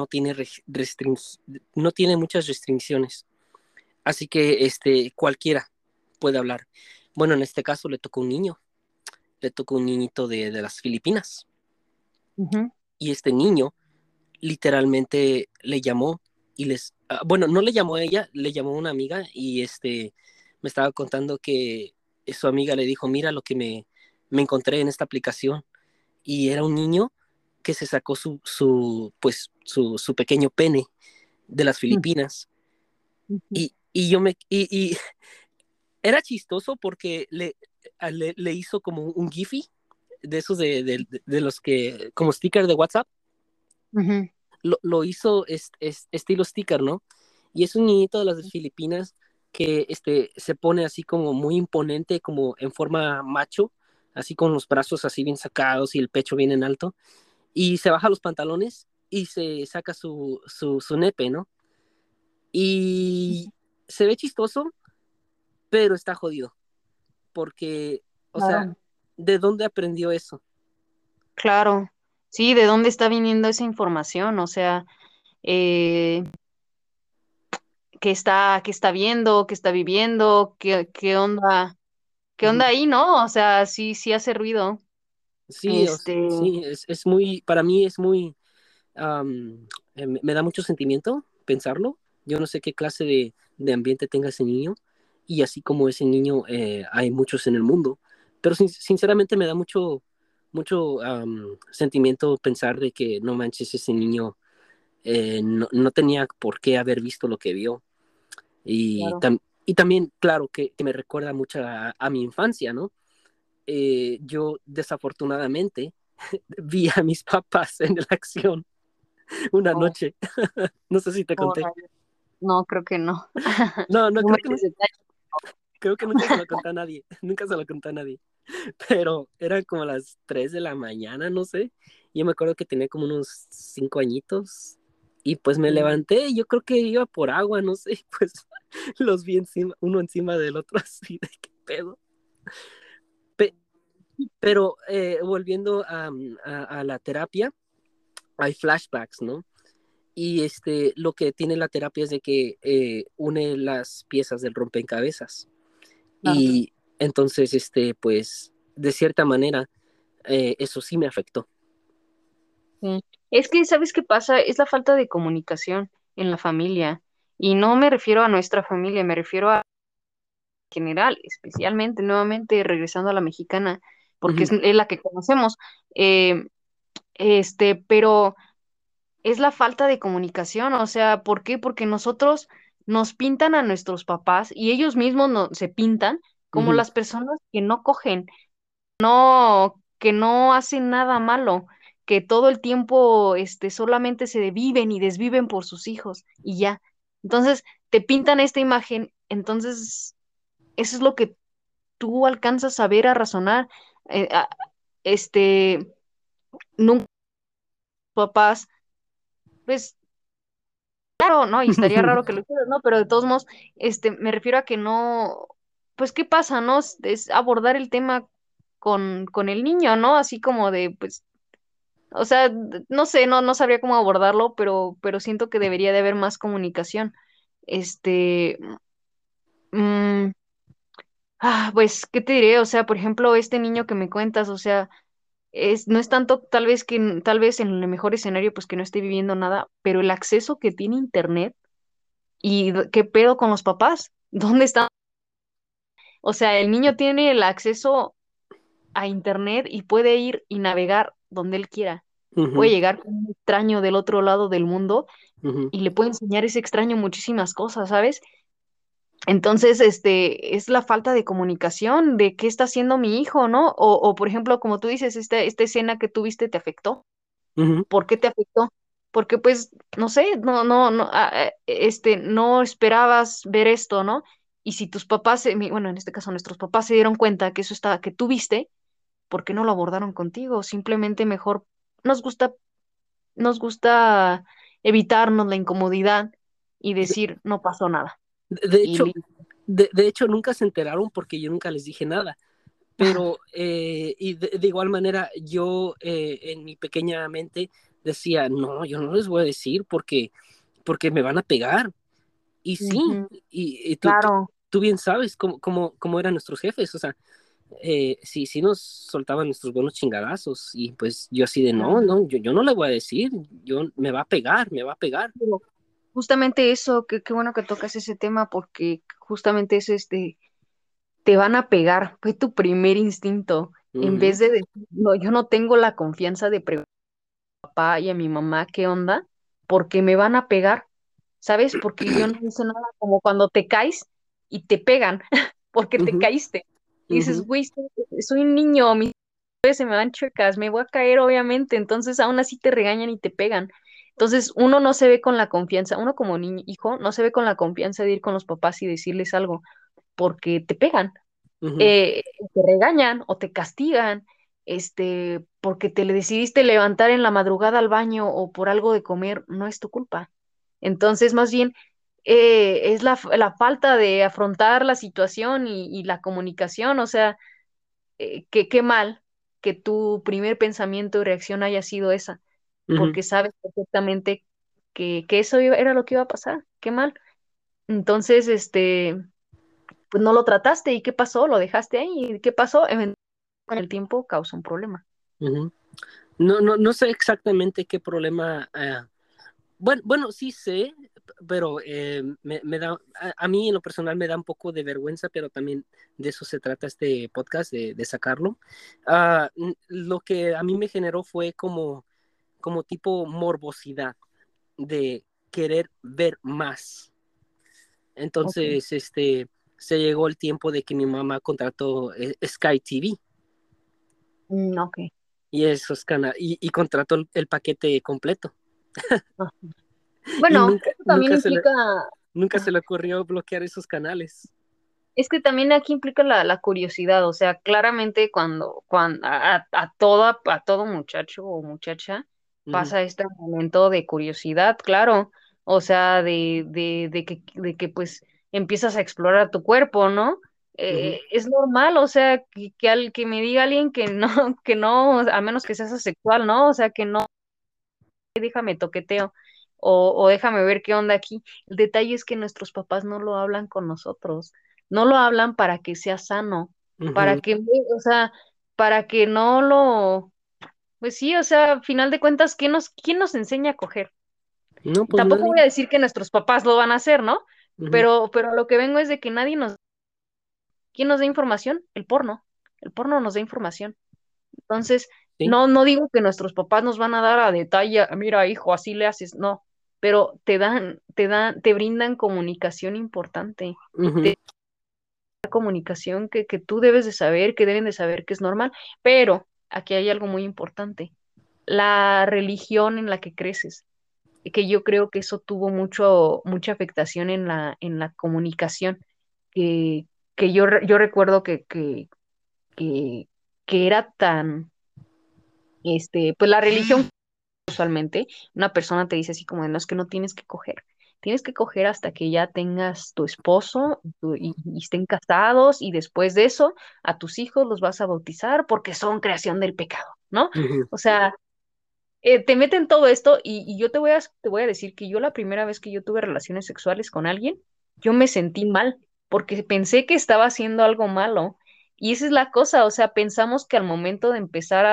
no tiene muchas restricciones. Así que cualquiera puede hablar. Bueno, en este caso le tocó un niñito de las Filipinas. Ujú. Y este niño literalmente le llamó bueno, no le llamó a ella, le llamó a una amiga y me estaba contando que su amiga le dijo, mira lo que me encontré en esta aplicación. Y era un niño que se sacó su pequeño pene de las Filipinas. Ujú. Y era chistoso porque le hizo como un Giphy de esos de los que, como sticker de WhatsApp, Ujú. lo hizo estilo sticker, ¿no? Y es un niñito de las Filipinas que se pone así como muy imponente, como en forma macho, así con los brazos así bien sacados y el pecho bien en alto, y se baja los pantalones y se saca su nepe, ¿no? Y se ve chistoso, pero está jodido, porque, o sea, Claro, ¿de dónde aprendió eso? claro. Sí, ¿de dónde está viniendo esa información? O sea, eh, qué está viendo, qué está viviendo, qué onda ahí, ¿no? O sea, sí, sí hace ruido. Sí, Este, sí, es muy, para mí es muy, me da mucho sentimiento pensarlo. Yo no sé qué clase de ambiente tenga ese niño y así como ese niño hay muchos en el mundo, pero sinceramente me da mucho sentimiento pensar de que no manches, ese niño no tenía por qué haber visto lo que vio. Y, claro. tam- y también, claro, que me recuerda mucho a mi infancia, ¿no? Yo desafortunadamente vi a mis papás en la acción una Oh, noche. No sé si te oh, conté. rayos. No, creo que no. No, no, No me des detalles. creo que nunca se lo conté a nadie. Nunca se lo conté a nadie. Pero eran como las 3 de la mañana, no sé. Yo me acuerdo que tenía como unos 5 añitos. Y pues me Mm. levanté, yo creo que iba por agua, no sé. Pues los vi encima, uno encima del otro, así de qué pedo. Pe- pero volviendo a la terapia, hay flashbacks, ¿no? Y lo que tiene la terapia es de que une las piezas del rompecabezas. Claro. Y entonces, pues, de cierta manera, eso sí me afectó. Sí. Es que, ¿sabes qué pasa? Es la falta de comunicación en la familia. Y no me refiero a nuestra familia, me refiero a general, especialmente, nuevamente, regresando a la mexicana, porque Ujú, es la que conocemos. Eh, pero es la falta de comunicación, o sea, ¿por qué? Porque nosotros nos pintan a nuestros papás y ellos mismos se pintan como ujú, las personas que no cogen, no, que no hacen nada malo, que todo el tiempo solamente se viven y desviven por sus hijos y ya. Entonces, te pintan esta imagen, entonces eso es lo que tú alcanzas a ver, a razonar. eh, a- este, Nunca papás, pues claro, ¿no? Y estaría raro que lo hicieras, ¿no? Pero de todos modos, me refiero a que no, pues, ¿qué pasa, no? Es abordar el tema con el niño, ¿no? Así como de, pues, o sea, no sé, no sabría cómo abordarlo, pero siento que debería de haber más comunicación. Este, mm, pues, ¿qué te diré? O sea, por ejemplo, este niño que me cuentas, o sea, no es tanto tal vez en el mejor escenario, pues que no esté viviendo nada, pero el acceso que tiene a internet y qué pedo con los papás, ¿dónde están? O sea, el niño tiene el acceso a internet y puede ir y navegar donde él quiera. Puede ujú, llegar con un extraño del otro lado del mundo ujú. y le puede enseñar ese extraño muchísimas cosas, ¿sabes? Entonces, es la falta de comunicación de qué está haciendo mi hijo, ¿no? O por ejemplo, como tú dices, esta escena que tuviste te afectó. Ujú. ¿Por qué te afectó? Porque pues, no sé, no esperabas ver esto, ¿no? Y si tus papás, bueno, en este caso nuestros papás se dieron cuenta que eso está, que tú viste, ¿por qué no lo abordaron contigo? Simplemente mejor nos gusta, nos gusta evitarnos la incomodidad y De, decir, no pasó nada. de Y hecho, de hecho, nunca se enteraron porque yo nunca les dije nada. Pero, y de igual manera, yo en mi pequeña mente decía, no, yo no les voy a decir porque me van a pegar. Y sí, Ujú, y claro. tú bien sabes cómo eran nuestros jefes, o sea, sí, sí nos soltaban nuestros buenos chingadazos y pues yo así de, no, Claro. no, yo no le voy a decir, yo me va a pegar, me va a pegar. Pero justamente eso, qué bueno que tocas ese tema porque justamente eso te van a pegar, fue tu primer instinto. En Ujú, vez de decir, no, yo no tengo la confianza de preguntar a mi papá y a mi mamá qué onda, porque me van a pegar, ¿sabes? Porque yo no hice nada como cuando te caes y te pegan, porque te ujú, caíste. Y dices, ujú, güey, soy un niño, mis pies se me van chuecas, me voy a caer, obviamente. Entonces, aún así te regañan y te pegan. Entonces, uno no se ve con la confianza, uno como niño, hijo, no se ve con la confianza de ir con los papás y decirles algo, porque te pegan, ujú, eh, te regañan o te castigan, porque te le decidiste levantar en la madrugada al baño o por algo de comer, no es tu culpa. Entonces, más bien, es la falta de afrontar la situación y la comunicación, o sea, qué mal que tu primer pensamiento y reacción haya sido esa, ujú. porque sabes perfectamente que eso era lo que iba a pasar, qué mal. Entonces, pues no lo trataste y qué pasó, lo dejaste ahí y qué pasó, con el tiempo causa un problema. Ujú. No sé exactamente qué problema. Bueno, sí sé, pero me da, a mí en lo personal me da un poco de vergüenza, pero también de eso se trata este podcast, de sacarlo. Lo que a mí me generó fue como tipo morbosidad de querer ver más. Ok. Entonces, se llegó el tiempo de que mi mamá contrató Sky TV Ok. y y contrató el paquete completo. Ah. Y Bueno, eso también implica, nunca se le ocurrió bloquear esos canales. es que también aquí implica la curiosidad, o sea, claramente cuando a todo muchacho o muchacha Ujú, pasa este momento de curiosidad, claro, o sea, de que pues empiezas a explorar tu cuerpo, ¿no? ujú, Es normal, o sea, que me diga alguien que no, que no, a menos que seas asexual, ¿no? O sea, que no, déjame toqueteo o déjame ver qué onda aquí. El detalle es que nuestros papás no lo hablan con nosotros, no lo hablan para que sea sano, para ujú. que, o sea, para que no lo, pues sí, o sea, al final de cuentas, quién nos enseña a coger? No, pues Tampoco nadie. voy a decir que nuestros papás lo van a hacer, ¿no? Ujú, Pero lo que vengo es de que ¿quién nos da información? El porno nos da información. Entonces, sí. no digo que nuestros papás nos van a dar a detalle, mira, hijo, así le haces, no, pero te brindan comunicación importante, Ujú, comunicación que tú debes de saber, que deben de saber que es normal, pero aquí hay algo muy importante, la religión en la que creces, que yo creo que eso tuvo mucha afectación en la comunicación, que, que yo recuerdo que, que era tan, pues la religión usualmente, una persona te dice así como de, no, es que no tienes que coger hasta que ya tengas tu esposo y estén casados y después de eso a tus hijos los vas a bautizar porque son creación del pecado, ¿no? ujú, O sea, te meten todo esto y yo te voy a decir que yo la primera vez que yo tuve relaciones sexuales con alguien, yo me sentí mal porque pensé que estaba haciendo algo malo. Y esa es la cosa, o sea, pensamos que al momento de empezar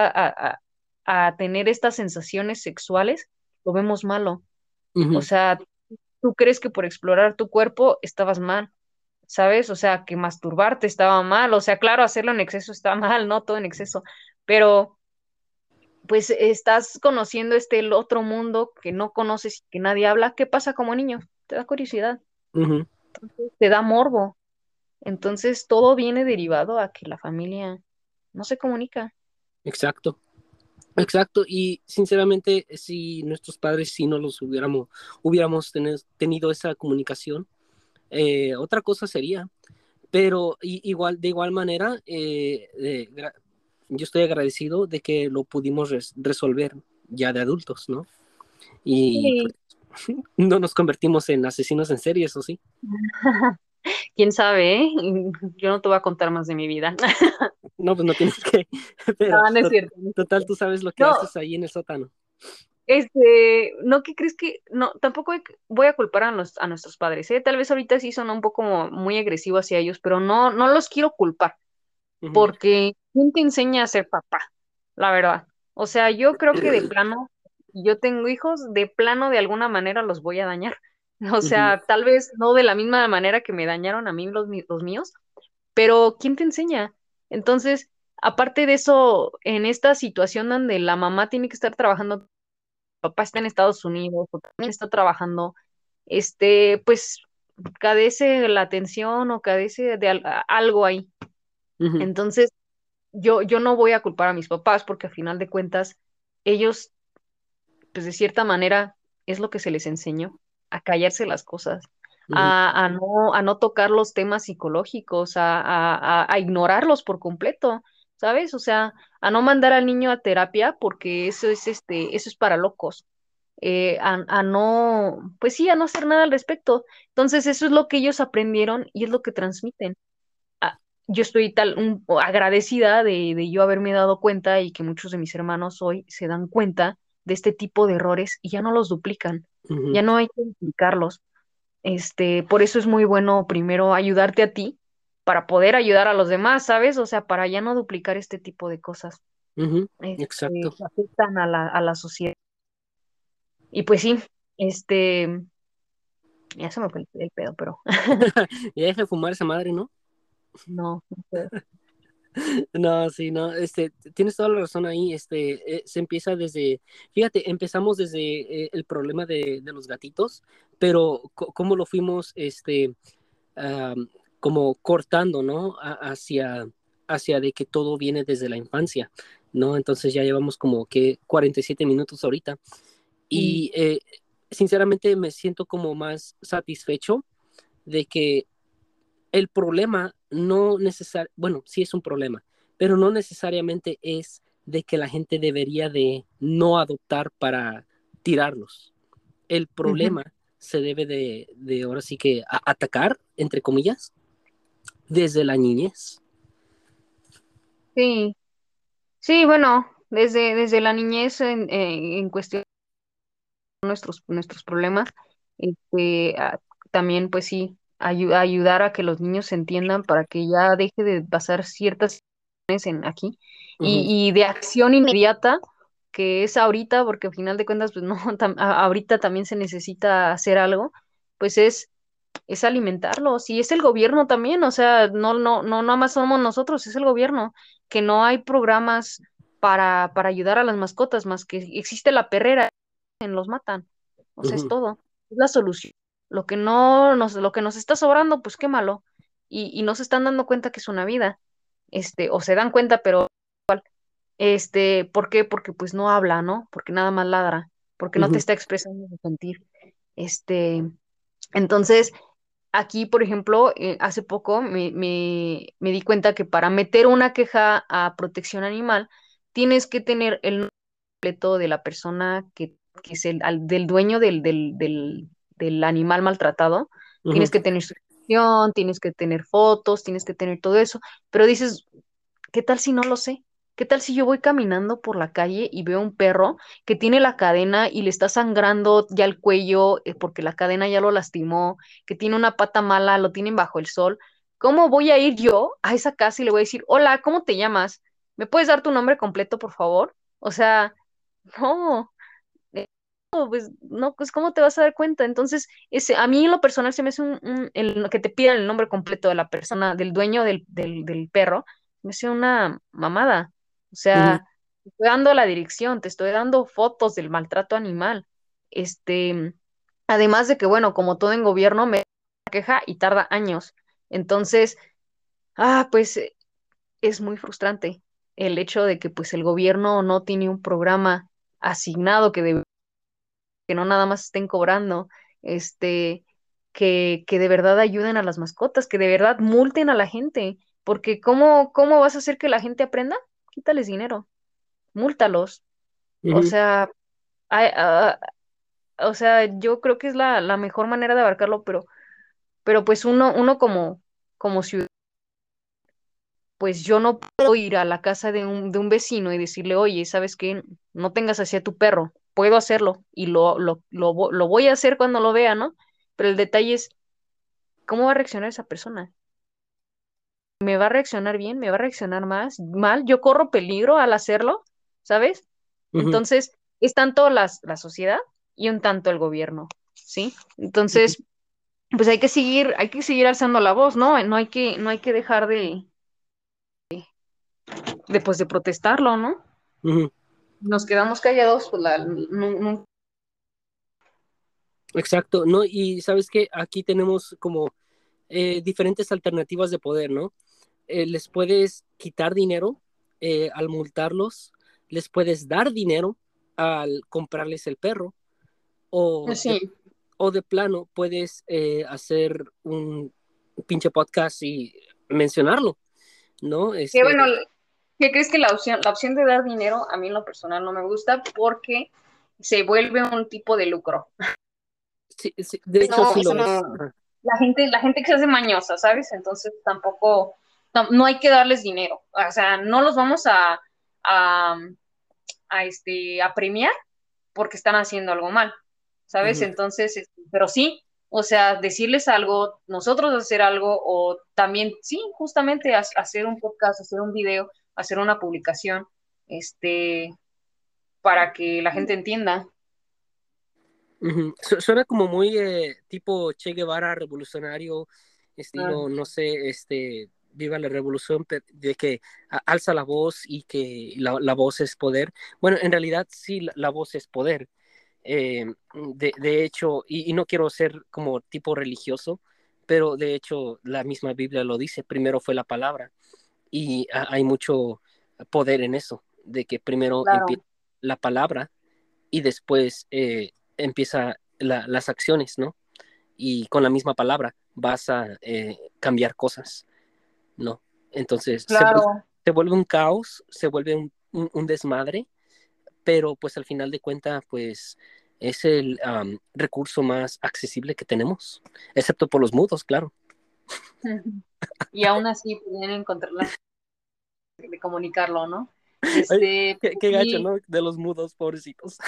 a tener estas sensaciones sexuales, lo vemos malo. O ujú, sea, tú crees que por explorar tu cuerpo estabas mal, ¿sabes? O sea, que masturbarte estaba mal, o sea, claro, hacerlo en exceso está mal, ¿no? Todo en exceso, pero pues estás conociendo el otro mundo que no conoces y que nadie habla. ¿Qué pasa como niño? Te da curiosidad. ujú. te da morbo. Entonces todo viene derivado a que la familia no se comunica. Exacto. Exacto, y sinceramente, si nuestros padres, si no los hubiéramos tenido esa comunicación, otra cosa sería, pero igual, de igual manera, yo estoy agradecido de que lo pudimos resolver ya de adultos, ¿no? Y Sí. pues, no nos convertimos en asesinos en serie, eso sí. ¿Quién sabe, eh? Yo no te voy a contar más de mi vida. No, pues no tienes que, pero No, no es cierto, no es total, cierto. tú sabes lo que No, haces ahí en el sótano. no, ¿qué crees que? No, tampoco voy a culpar a nuestros padres, ¿eh? Tal vez ahorita sí son un poco como muy agresivo hacia ellos, pero no, no los quiero culpar, Ujú, porque ¿quién te enseña a ser papá? La verdad. O sea, yo creo que de plano, si yo tengo hijos, de plano de alguna manera los voy a dañar. O ujú, sea, tal vez no de la misma manera que me dañaron a mí los míos, pero ¿quién te enseña? Entonces, aparte de eso, en esta situación donde la mamá tiene que estar trabajando, papá está en Estados Unidos o también está trabajando, pues cadece la atención o cadece de algo ahí. ujú, Entonces, yo no voy a culpar a mis papás porque a final de cuentas, ellos, pues de cierta manera, es lo que se les enseñó, a callarse las cosas, ujú, a no tocar los temas psicológicos, a ignorarlos por completo, ¿sabes? O sea, a no mandar al niño a terapia porque eso es para locos. A no, pues sí, a no hacer nada al respecto. Entonces, eso es lo que ellos aprendieron y es lo que transmiten. Ah, yo estoy agradecida de yo haberme dado cuenta y que muchos de mis hermanos hoy se dan cuenta de este tipo de errores y ya no los duplican, ujú, ya no hay que duplicarlos. Por eso es muy bueno primero ayudarte a ti para poder ayudar a los demás, ¿sabes? O sea, para ya no duplicar este tipo de cosas ujú. Exacto. que afectan a la sociedad. Y pues sí, este, ya se me fue el pedo, pero Ya deja de fumar esa madre, ¿no? no, no sé. No, sí, no, tienes toda la razón ahí, se empieza desde, fíjate, empezamos desde el problema de los gatitos, pero cómo lo fuimos, am, como cortando, ¿no? Hacia de que todo viene desde la infancia, ¿no? Entonces ya llevamos como que 47 minutos ahorita Sí. y sinceramente me siento como más satisfecho de que el problema no necesariamente, bueno, sí es un problema, pero no necesariamente es de que la gente debería de no adoptar para tirarlos. El Ujú. problema se debe de ahora sí que atacar, entre comillas, desde la niñez. Sí, sí, bueno, desde la niñez en cuestión de nuestros problemas, también pues sí, ayudar a que los niños se entiendan para que ya deje de pasar ciertas situaciones en aquí Ujú, y de acción inmediata, que es ahorita, porque al final de cuentas, pues no, ahorita también se necesita hacer algo, pues es alimentarlos y es el gobierno también, o sea, no nada más somos nosotros, es el gobierno, que no hay programas para ayudar a las mascotas, más que existe la perrera, los matan, o sea, es ujú, todo, es la solución. Lo que nos está sobrando, pues quémalo, y no se están dando cuenta que es una vida, o se dan cuenta, pero ¿por qué? Porque pues no habla, ¿no? Porque nada más ladra, porque no te ujú, está expresando su sentir, este, entonces aquí, por ejemplo, hace poco me di cuenta que para meter una queja a protección animal, tienes que tener el nombre completo de la persona que es del dueño del animal maltratado. ujú, Tienes que tener su dirección, tienes que tener fotos, tienes que tener todo eso. Pero dices, ¿qué tal si no lo sé? ¿Qué tal si yo voy caminando por la calle y veo un perro que tiene la cadena y le está sangrando ya el cuello porque la cadena ya lo lastimó, que tiene una pata mala, lo tienen bajo el sol? ¿Cómo voy a ir yo a esa casa y le voy a decir, hola, ¿cómo te llamas? ¿Me puedes dar tu nombre completo, por favor? O sea, no, no, pues no, pues ¿cómo te vas a dar cuenta? Entonces, a mí en lo personal se me hace el que te pidan el nombre completo de la persona, del dueño del perro, me hace una mamada. O ujú, sea, te estoy dando la dirección, te estoy dando fotos del maltrato animal. Este, además de que, bueno, como todo en gobierno, me queja y tarda años. Entonces, pues es muy frustrante el hecho de que pues el gobierno no tiene un programa asignado que no nada más estén cobrando, este, que de verdad ayuden a las mascotas, que de verdad multen a la gente, porque ¿cómo vas a hacer que la gente aprenda? Quítales dinero, múltalos. O Ujú, sea, ay, yo creo que es la mejor manera de abarcarlo, pero pues uno como ciudadano, pues yo no puedo ir a la casa de un vecino y decirle, oye, ¿sabes qué? No tengas así a tu perro. Puedo hacerlo y lo voy a hacer cuando lo vea, ¿no? Pero el detalle es, ¿cómo va a reaccionar esa persona? ¿Me va a reaccionar bien? ¿Me va a reaccionar mal? Yo corro peligro al hacerlo, ¿sabes? ujú, Entonces, es tanto la sociedad y un tanto el gobierno, ¿sí? ujú, Entonces, pues hay que seguir alzando la voz, ¿no? No hay que dejar pues, de protestarlo, ¿no? ujú. Nos quedamos callados, pues Exacto, ¿no? Y sabes que aquí tenemos como diferentes alternativas de poder, ¿no? Les puedes quitar dinero al multarlos, les puedes dar dinero al comprarles el perro, o de, sí. o de plano puedes hacer un pinche podcast y mencionarlo, ¿no? Que bueno, ¿qué crees que la opción de dar dinero a mí en lo personal no me gusta porque se vuelve un tipo de lucro? Sí, sí, de hecho No, sí o sea, lo es. no, Ajá. la gente que se hace mañosa, ¿sabes? Entonces tampoco, no hay que darles dinero. O sea, no los vamos a, a premiar porque están haciendo algo mal, ¿sabes? Ujú, Entonces, pero sí, o sea, decirles algo, nosotros hacer algo, o también, sí, justamente hacer un podcast, hacer un video, hacer una publicación, para que la gente entienda. ujú. Suena como muy tipo Che Guevara revolucionario, Ah, estilo, no sé, viva la revolución, de que alza la voz y que la voz es poder. Bueno, en realidad sí, la voz es poder. De hecho, y no quiero ser como tipo religioso, pero de hecho la misma Biblia lo dice, primero fue la palabra y hay mucho poder en eso, de que primero empieza claro, la palabra y después empieza las acciones, ¿no? Y con la misma palabra vas a cambiar cosas, ¿no? Entonces claro, se vuelve un caos, se vuelve un desmadre, pero pues al final de cuentas, pues es el recurso más accesible que tenemos, excepto por los mudos, claro. y aún así pueden encontrar la manera de comunicarlo, ¿no? Ay, qué gacho, Y ¿no? De los mudos, pobrecitos.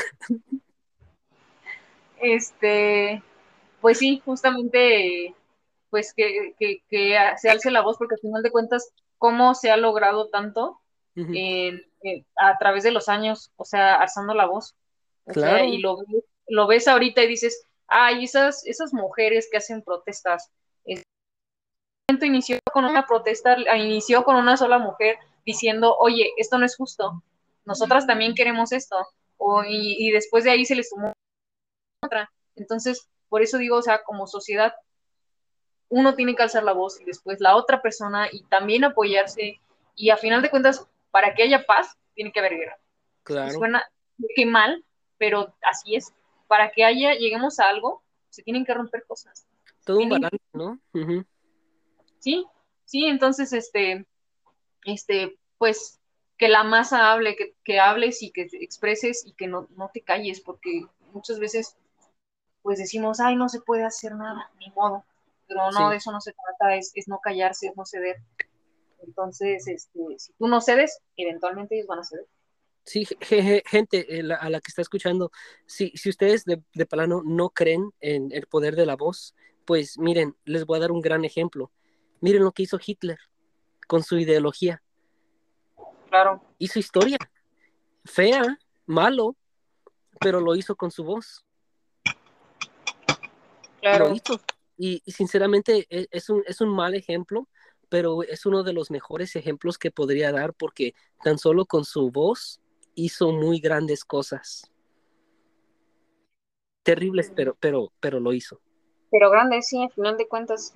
este, pues sí, justamente, pues que se alce la voz, porque al final de cuentas, ¿cómo se ha logrado tanto Ujú. a través de los años? O sea, alzando la voz. O sea, y Claro, lo ves ahorita y dices, ay, esas mujeres que hacen protestas, inició con una protesta, inició con una sola mujer diciendo, oye, esto no es justo, nosotras también queremos esto, y después de ahí se les sumó otra. Entonces, por eso digo, o sea, como sociedad, uno tiene que alzar la voz y después la otra persona y también apoyarse, y a final de cuentas, para que haya paz, tiene que haber guerra. Y claro. suena que mal, pero así es. Para que lleguemos a algo, se tienen que romper cosas. Se Todo un tienen, balance, ¿no? Ujú. sí, sí, entonces, pues que la masa hable, que hables y que te expreses y que no te calles, porque muchas veces pues decimos, ay, no se puede hacer nada, ni modo, pero no, de Sí, eso no se trata, es no callarse, es no ceder. Entonces, si tú no cedes, eventualmente ellos van a ceder. sí, gente a la que está escuchando, si ustedes de plano no creen en el poder de la voz, pues miren, les voy a dar un gran ejemplo. Miren lo que hizo Hitler con su ideología. Claro, Hizo historia, fea, malo, pero lo hizo con su voz. Lo claro. hizo. Y sinceramente es un mal ejemplo, pero es uno de los mejores ejemplos que podría dar porque tan solo con su voz hizo muy grandes cosas. Terribles, pero lo hizo. pero grande, sí, al final de cuentas,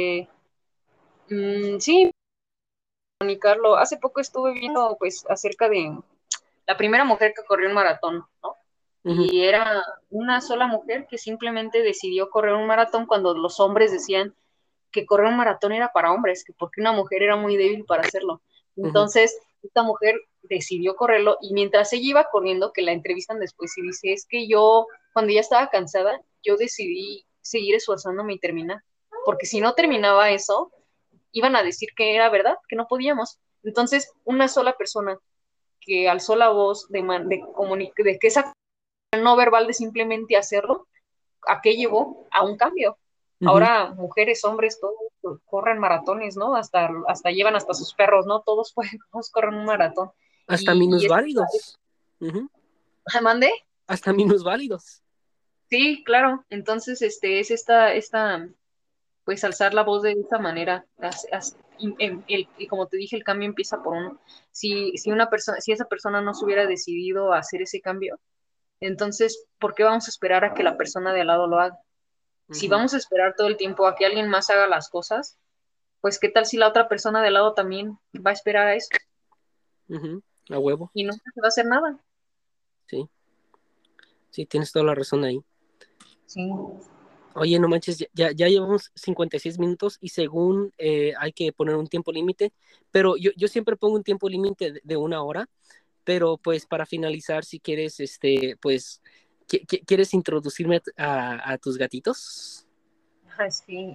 sí, comunicarlo. Hace poco estuve viendo, pues, acerca de la primera mujer que corrió un maratón, ¿no? Ujú, Y era una sola mujer que simplemente decidió correr un maratón cuando los hombres decían que correr un maratón era para hombres, que porque una mujer era muy débil para hacerlo. ujú. Entonces, esta mujer decidió correrlo y mientras ella iba corriendo, que la entrevistan después y dice, es que yo, cuando ya estaba cansada, yo decidí seguir esforzándome y terminar, porque si no terminaba eso, iban a decir que era verdad, que no podíamos. Entonces, una sola persona que alzó la voz de que esa no verbal de simplemente hacerlo, ¿a qué llevó? A un cambio. Ujú. Ahora mujeres, hombres, todos corren maratones, ¿no? Hasta llevan hasta sus perros, ¿no? Todos pueden, todos corren un maratón. Hasta Y minusválidos. Ujú. ¿mande? Hasta minusválidos. Sí, claro. Entonces, es pues alzar la voz de esa manera. Y como te dije, el cambio empieza por uno. Si esa persona no se hubiera decidido a hacer ese cambio, entonces, ¿por qué vamos a esperar a que la persona de al lado lo haga? Si Ujú, vamos a esperar todo el tiempo a que alguien más haga las cosas, pues qué tal si la otra persona de al lado también va a esperar a eso ujú. A huevo. y nunca se va a hacer nada. Sí, sí, tienes toda la razón ahí. Sí. Oye, no manches, ya llevamos 56 minutos y según hay que poner un tiempo límite, pero yo siempre pongo un tiempo límite de 1 hora, pero pues para finalizar, si quieres, pues, ¿quieres introducirme a tus gatitos? Sí,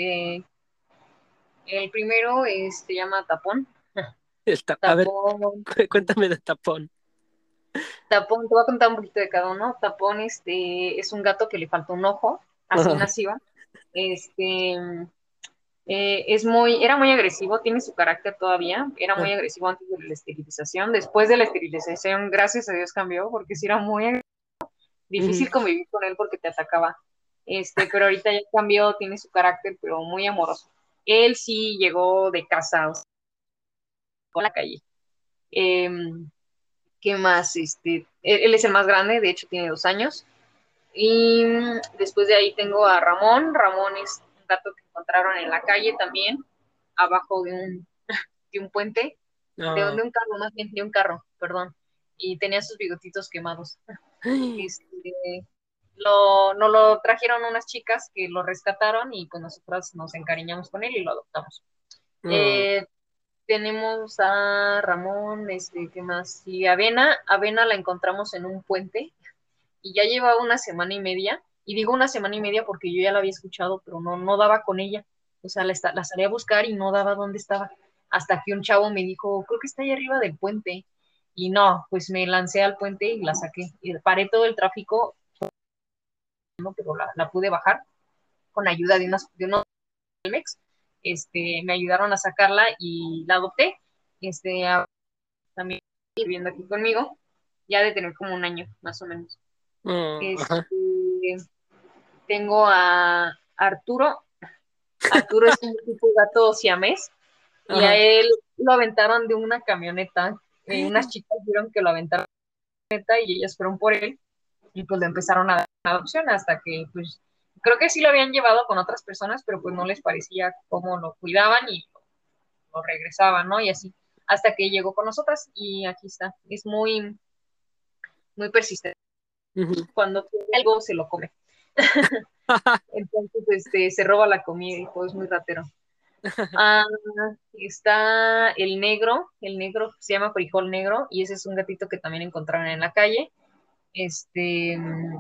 el primero se llama Tapón. A ver, Tapón, cuéntame de Tapón. Tapón, te voy a contar un poquito de cada uno. Tapón, es un gato que le faltó un ojo, así nació. Este, era muy agresivo, tiene su carácter todavía, era muy agresivo antes de la esterilización. Después de la esterilización, gracias a Dios cambió, porque sí era muy Ujú. difícil convivir con él porque te atacaba. Pero ahorita ya cambió, tiene su carácter, pero muy amoroso. Él sí llegó de casa, o sea, con la calle. Eh, ¿Qué más? Él es el más grande, de hecho tiene 2 años. Y después de ahí tengo a Ramón. Ramón es un gato que encontraron en la calle también, abajo de un puente, Ah. de un carro, más bien, de un carro, perdón. Y tenía sus bigotitos quemados. Este, nos lo trajeron unas chicas que lo rescataron y pues nosotras nos encariñamos con él y lo adoptamos. Ah. Eh, Tenemos a Ramón, ¿qué más? Y Avena. Avena la encontramos en un puente y ya llevaba una semana y media. Y digo una semana y media porque yo ya la había escuchado, pero no daba con ella. O sea, la salí a buscar y no daba dónde estaba. Hasta que un chavo me dijo, creo que está ahí arriba del puente. Y no, pues me lancé al puente y la saqué. Y paré todo el tráfico, ¿no? Pero la pude bajar con ayuda de unos Telmex. Me ayudaron a sacarla y la adopté. También viviendo aquí conmigo, ya de tener como un año, más o menos. Ah, ajá. Este, Tengo a Arturo. Arturo es un tipo de gato siamés y a Ajá. él lo aventaron de una camioneta. Unas chicas vieron que lo aventaron de una camioneta y ellas fueron por él y pues le empezaron a dar una adopción hasta que pues creo que sí lo habían llevado con otras personas, pero pues no les parecía cómo lo cuidaban y lo regresaban, ¿no? Y así, hasta que llegó con nosotras y aquí está. Es muy, muy persistente. Ujú. Cuando quiere algo se lo come. Entonces, se roba la comida y todo es muy ratero. Ah, está el negro se llama frijol negro y ese es un gatito que también encontraron en la calle. Este,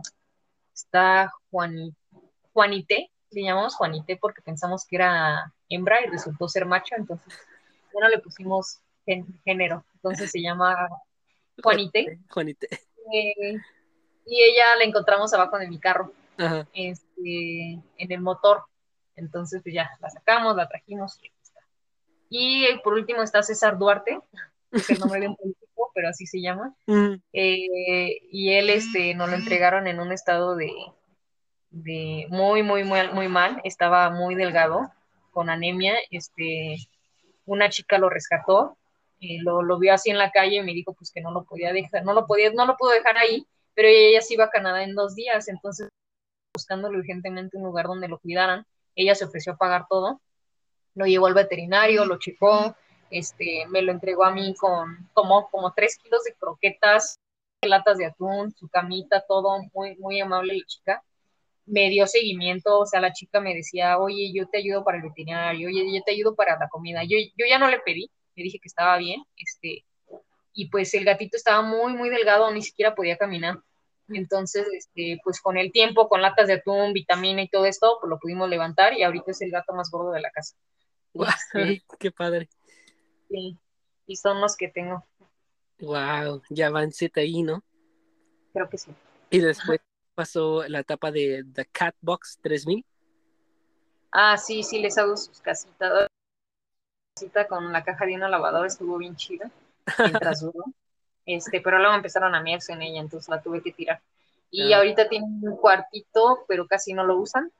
Está Juanite, le llamamos Juanite porque pensamos que era hembra y resultó ser macho, entonces ya no le pusimos género, entonces se llama Juanite. Juanite, Juanite. eh, y ella la encontramos abajo de mi carro, Ajá. en el motor. Entonces, pues ya la sacamos, la trajimos y aquí está. Y por último está César Duarte, es el nombre de un político, pero así se llama. Ujú. Y él, nos lo entregaron en un estado de muy, muy, muy, muy mal. Estaba muy delgado, con anemia. Una chica lo rescató, lo vio así en la calle y me dijo pues que no lo podía dejar, no lo pudo dejar ahí, pero ella se iba a Canadá en 2 días, entonces buscándole urgentemente un lugar donde lo cuidaran. Ella se ofreció a pagar todo, lo llevó al veterinario, lo checó, me lo entregó a mí con como 3 kilos de croquetas, latas de atún, su camita, todo muy, muy amable la chica. Me dio seguimiento, o sea, la chica me decía, oye, yo te ayudo para el veterinario, oye, yo te ayudo para la comida. Yo ya no le pedí, le dije que estaba bien, y pues el gatito estaba muy, muy delgado, ni siquiera podía caminar. Entonces, pues con el tiempo, con latas de atún, vitamina y todo esto, pues lo pudimos levantar y ahorita es el gato más gordo de la casa. Guau, qué padre. Sí, y son los que tengo, Wow, ya van 7 ahí, ¿no? creo que sí. Y después pasó la etapa de The Catbox 3000. Ah, sí, sí, les hago sus casitas. Casita con la caja de una lavadora estuvo bien chida mientras duró. Pero luego empezaron a mearse en ella, entonces la tuve que tirar. Y Ah, ahorita tienen un cuartito, pero casi no lo usan.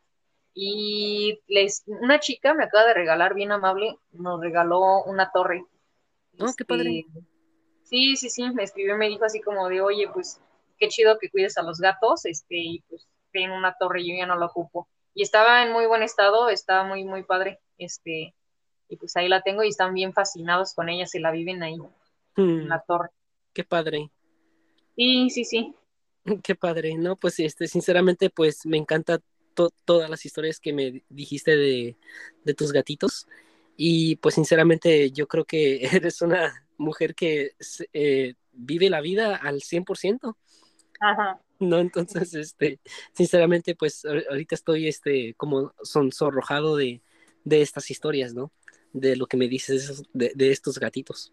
Y una chica me acaba de regalar, bien amable, nos regaló una torre. oh, qué padre. Este, sí, sí, sí, me escribió y me dijo así como de, oye, pues qué chido que cuides a los gatos, y pues ten una torre, yo ya no la ocupo. Y estaba en muy buen estado, estaba muy, muy padre, y pues ahí la tengo y están bien fascinados con ella, se la viven ahí, en Hmm, la torre. qué padre. Sí, sí, sí. Qué padre, ¿no? Pues sinceramente, pues me encanta todas las historias que me dijiste de tus gatitos. Y pues sinceramente yo creo que eres una mujer que vive la vida al 100%, Ajá. ¿no? Entonces, sinceramente, pues ahorita estoy, como sonrojado de estas historias, ¿no? De lo que me dices de estos gatitos.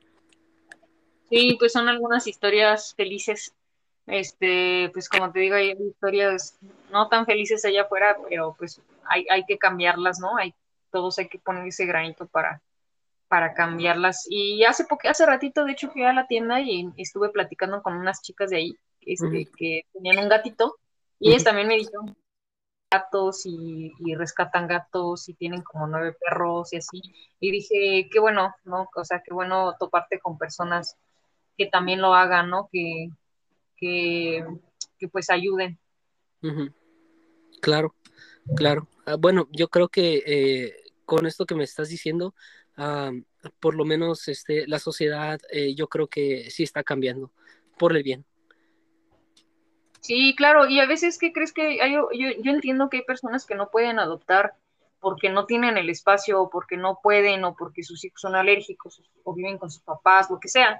Sí, pues son algunas historias felices. Pues como te digo, hay historias no tan felices allá afuera, pero pues hay que cambiarlas, ¿no? Todos hay que poner ese granito para cambiarlas. Y hace ratito, de hecho, fui a la tienda y estuve platicando con unas chicas de ahí, Ujú, que tenían un gatito, y ellas ujú, también me dijeron gatos y rescatan gatos y tienen como 9 perros y así. Y dije, qué bueno, ¿no? O sea, qué bueno toparte con personas que también lo hagan, ¿no? Que, que pues ayuden. ujú. Claro. Claro. Bueno, yo creo que con esto que me estás diciendo, ah, por lo menos la sociedad, yo creo que sí está cambiando por el bien. Sí, claro, y a veces, ¿qué crees que yo entiendo que hay personas que no pueden adoptar porque no tienen el espacio, o porque no pueden, o porque sus hijos son alérgicos, o viven con sus papás, lo que sea.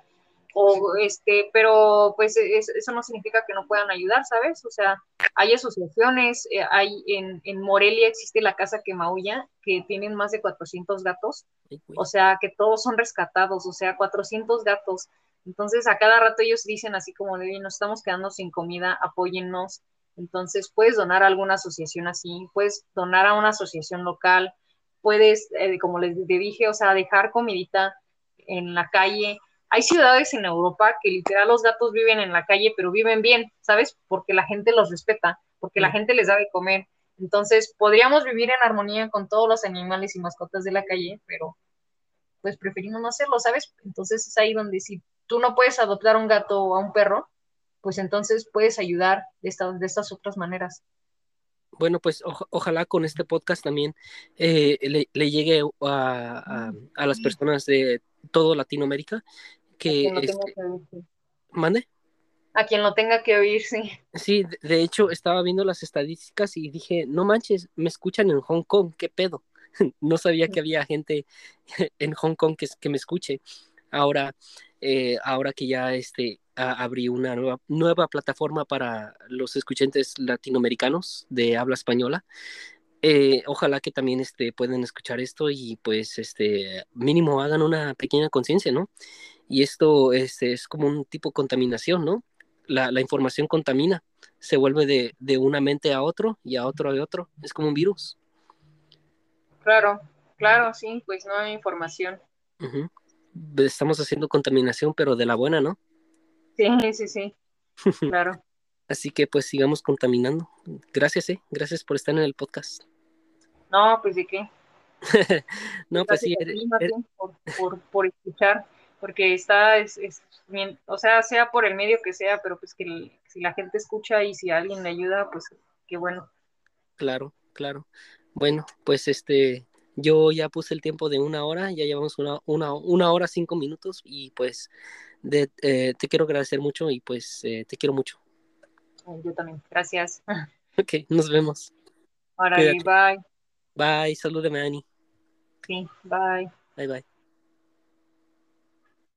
Pero pues eso no significa que no puedan ayudar, ¿sabes? O sea, hay asociaciones, en Morelia existe la Casa que Maulla, que tienen más de 400 gatos, Ay, güey. o sea, que todos son rescatados, o sea, 400 gatos. Entonces, a cada rato ellos dicen así como de, nos estamos quedando sin comida, apóyennos. Entonces, puedes donar a alguna asociación así, puedes donar a una asociación local, puedes, como les dije, o sea, dejar comidita en la calle. Hay ciudades en Europa que literal los gatos viven en la calle, pero viven bien, ¿sabes? Porque la gente los respeta, porque la Mm. gente les da de comer. Entonces, podríamos vivir en armonía con todos los animales y mascotas de la calle, pero pues preferimos no hacerlo, ¿sabes? Entonces es ahí donde si tú no puedes adoptar un gato o a un perro, pues entonces puedes ayudar de estas otras maneras. Bueno, pues ojalá con este podcast también le llegue a las personas de todo Latinoamérica A que quien lo tenga que oír, sí. mande. A quien lo tenga que oír, sí. Sí, de hecho estaba viendo las estadísticas y dije, no manches, me escuchan en Hong Kong, ¿qué pedo? No sabía que había gente en Hong Kong que me escuche. Ahora, ahora que ya abrí una nueva plataforma para los escuchantes latinoamericanos de habla española, ojalá que también puedan escuchar esto y pues mínimo hagan una pequeña conciencia, ¿no? Y esto es como un tipo de contaminación, ¿no? La información contamina, se vuelve de una mente a otro y a otro a otro, es como un virus. Claro, claro, sí, pues no hay información. Ujú. Estamos haciendo contaminación, pero de la buena, ¿no? Sí, sí, sí, claro. Así que pues sigamos contaminando. Gracias, gracias por estar en el podcast. No, pues de qué. No, pues Gracias sí, a ti, Martín, por escuchar, porque o sea, sea por el medio que sea, pero pues que si la gente escucha y si alguien le ayuda, pues qué bueno. Claro, claro. Bueno, pues yo ya puse el tiempo de 1 hora, ya llevamos una hora 5 minutos y pues te quiero agradecer mucho y pues te quiero mucho. Yo también. Gracias. Ok, nos vemos. Órale, Cuídate. bye. Bye, salúdame a Annie. Sí, bye. Bye, bye.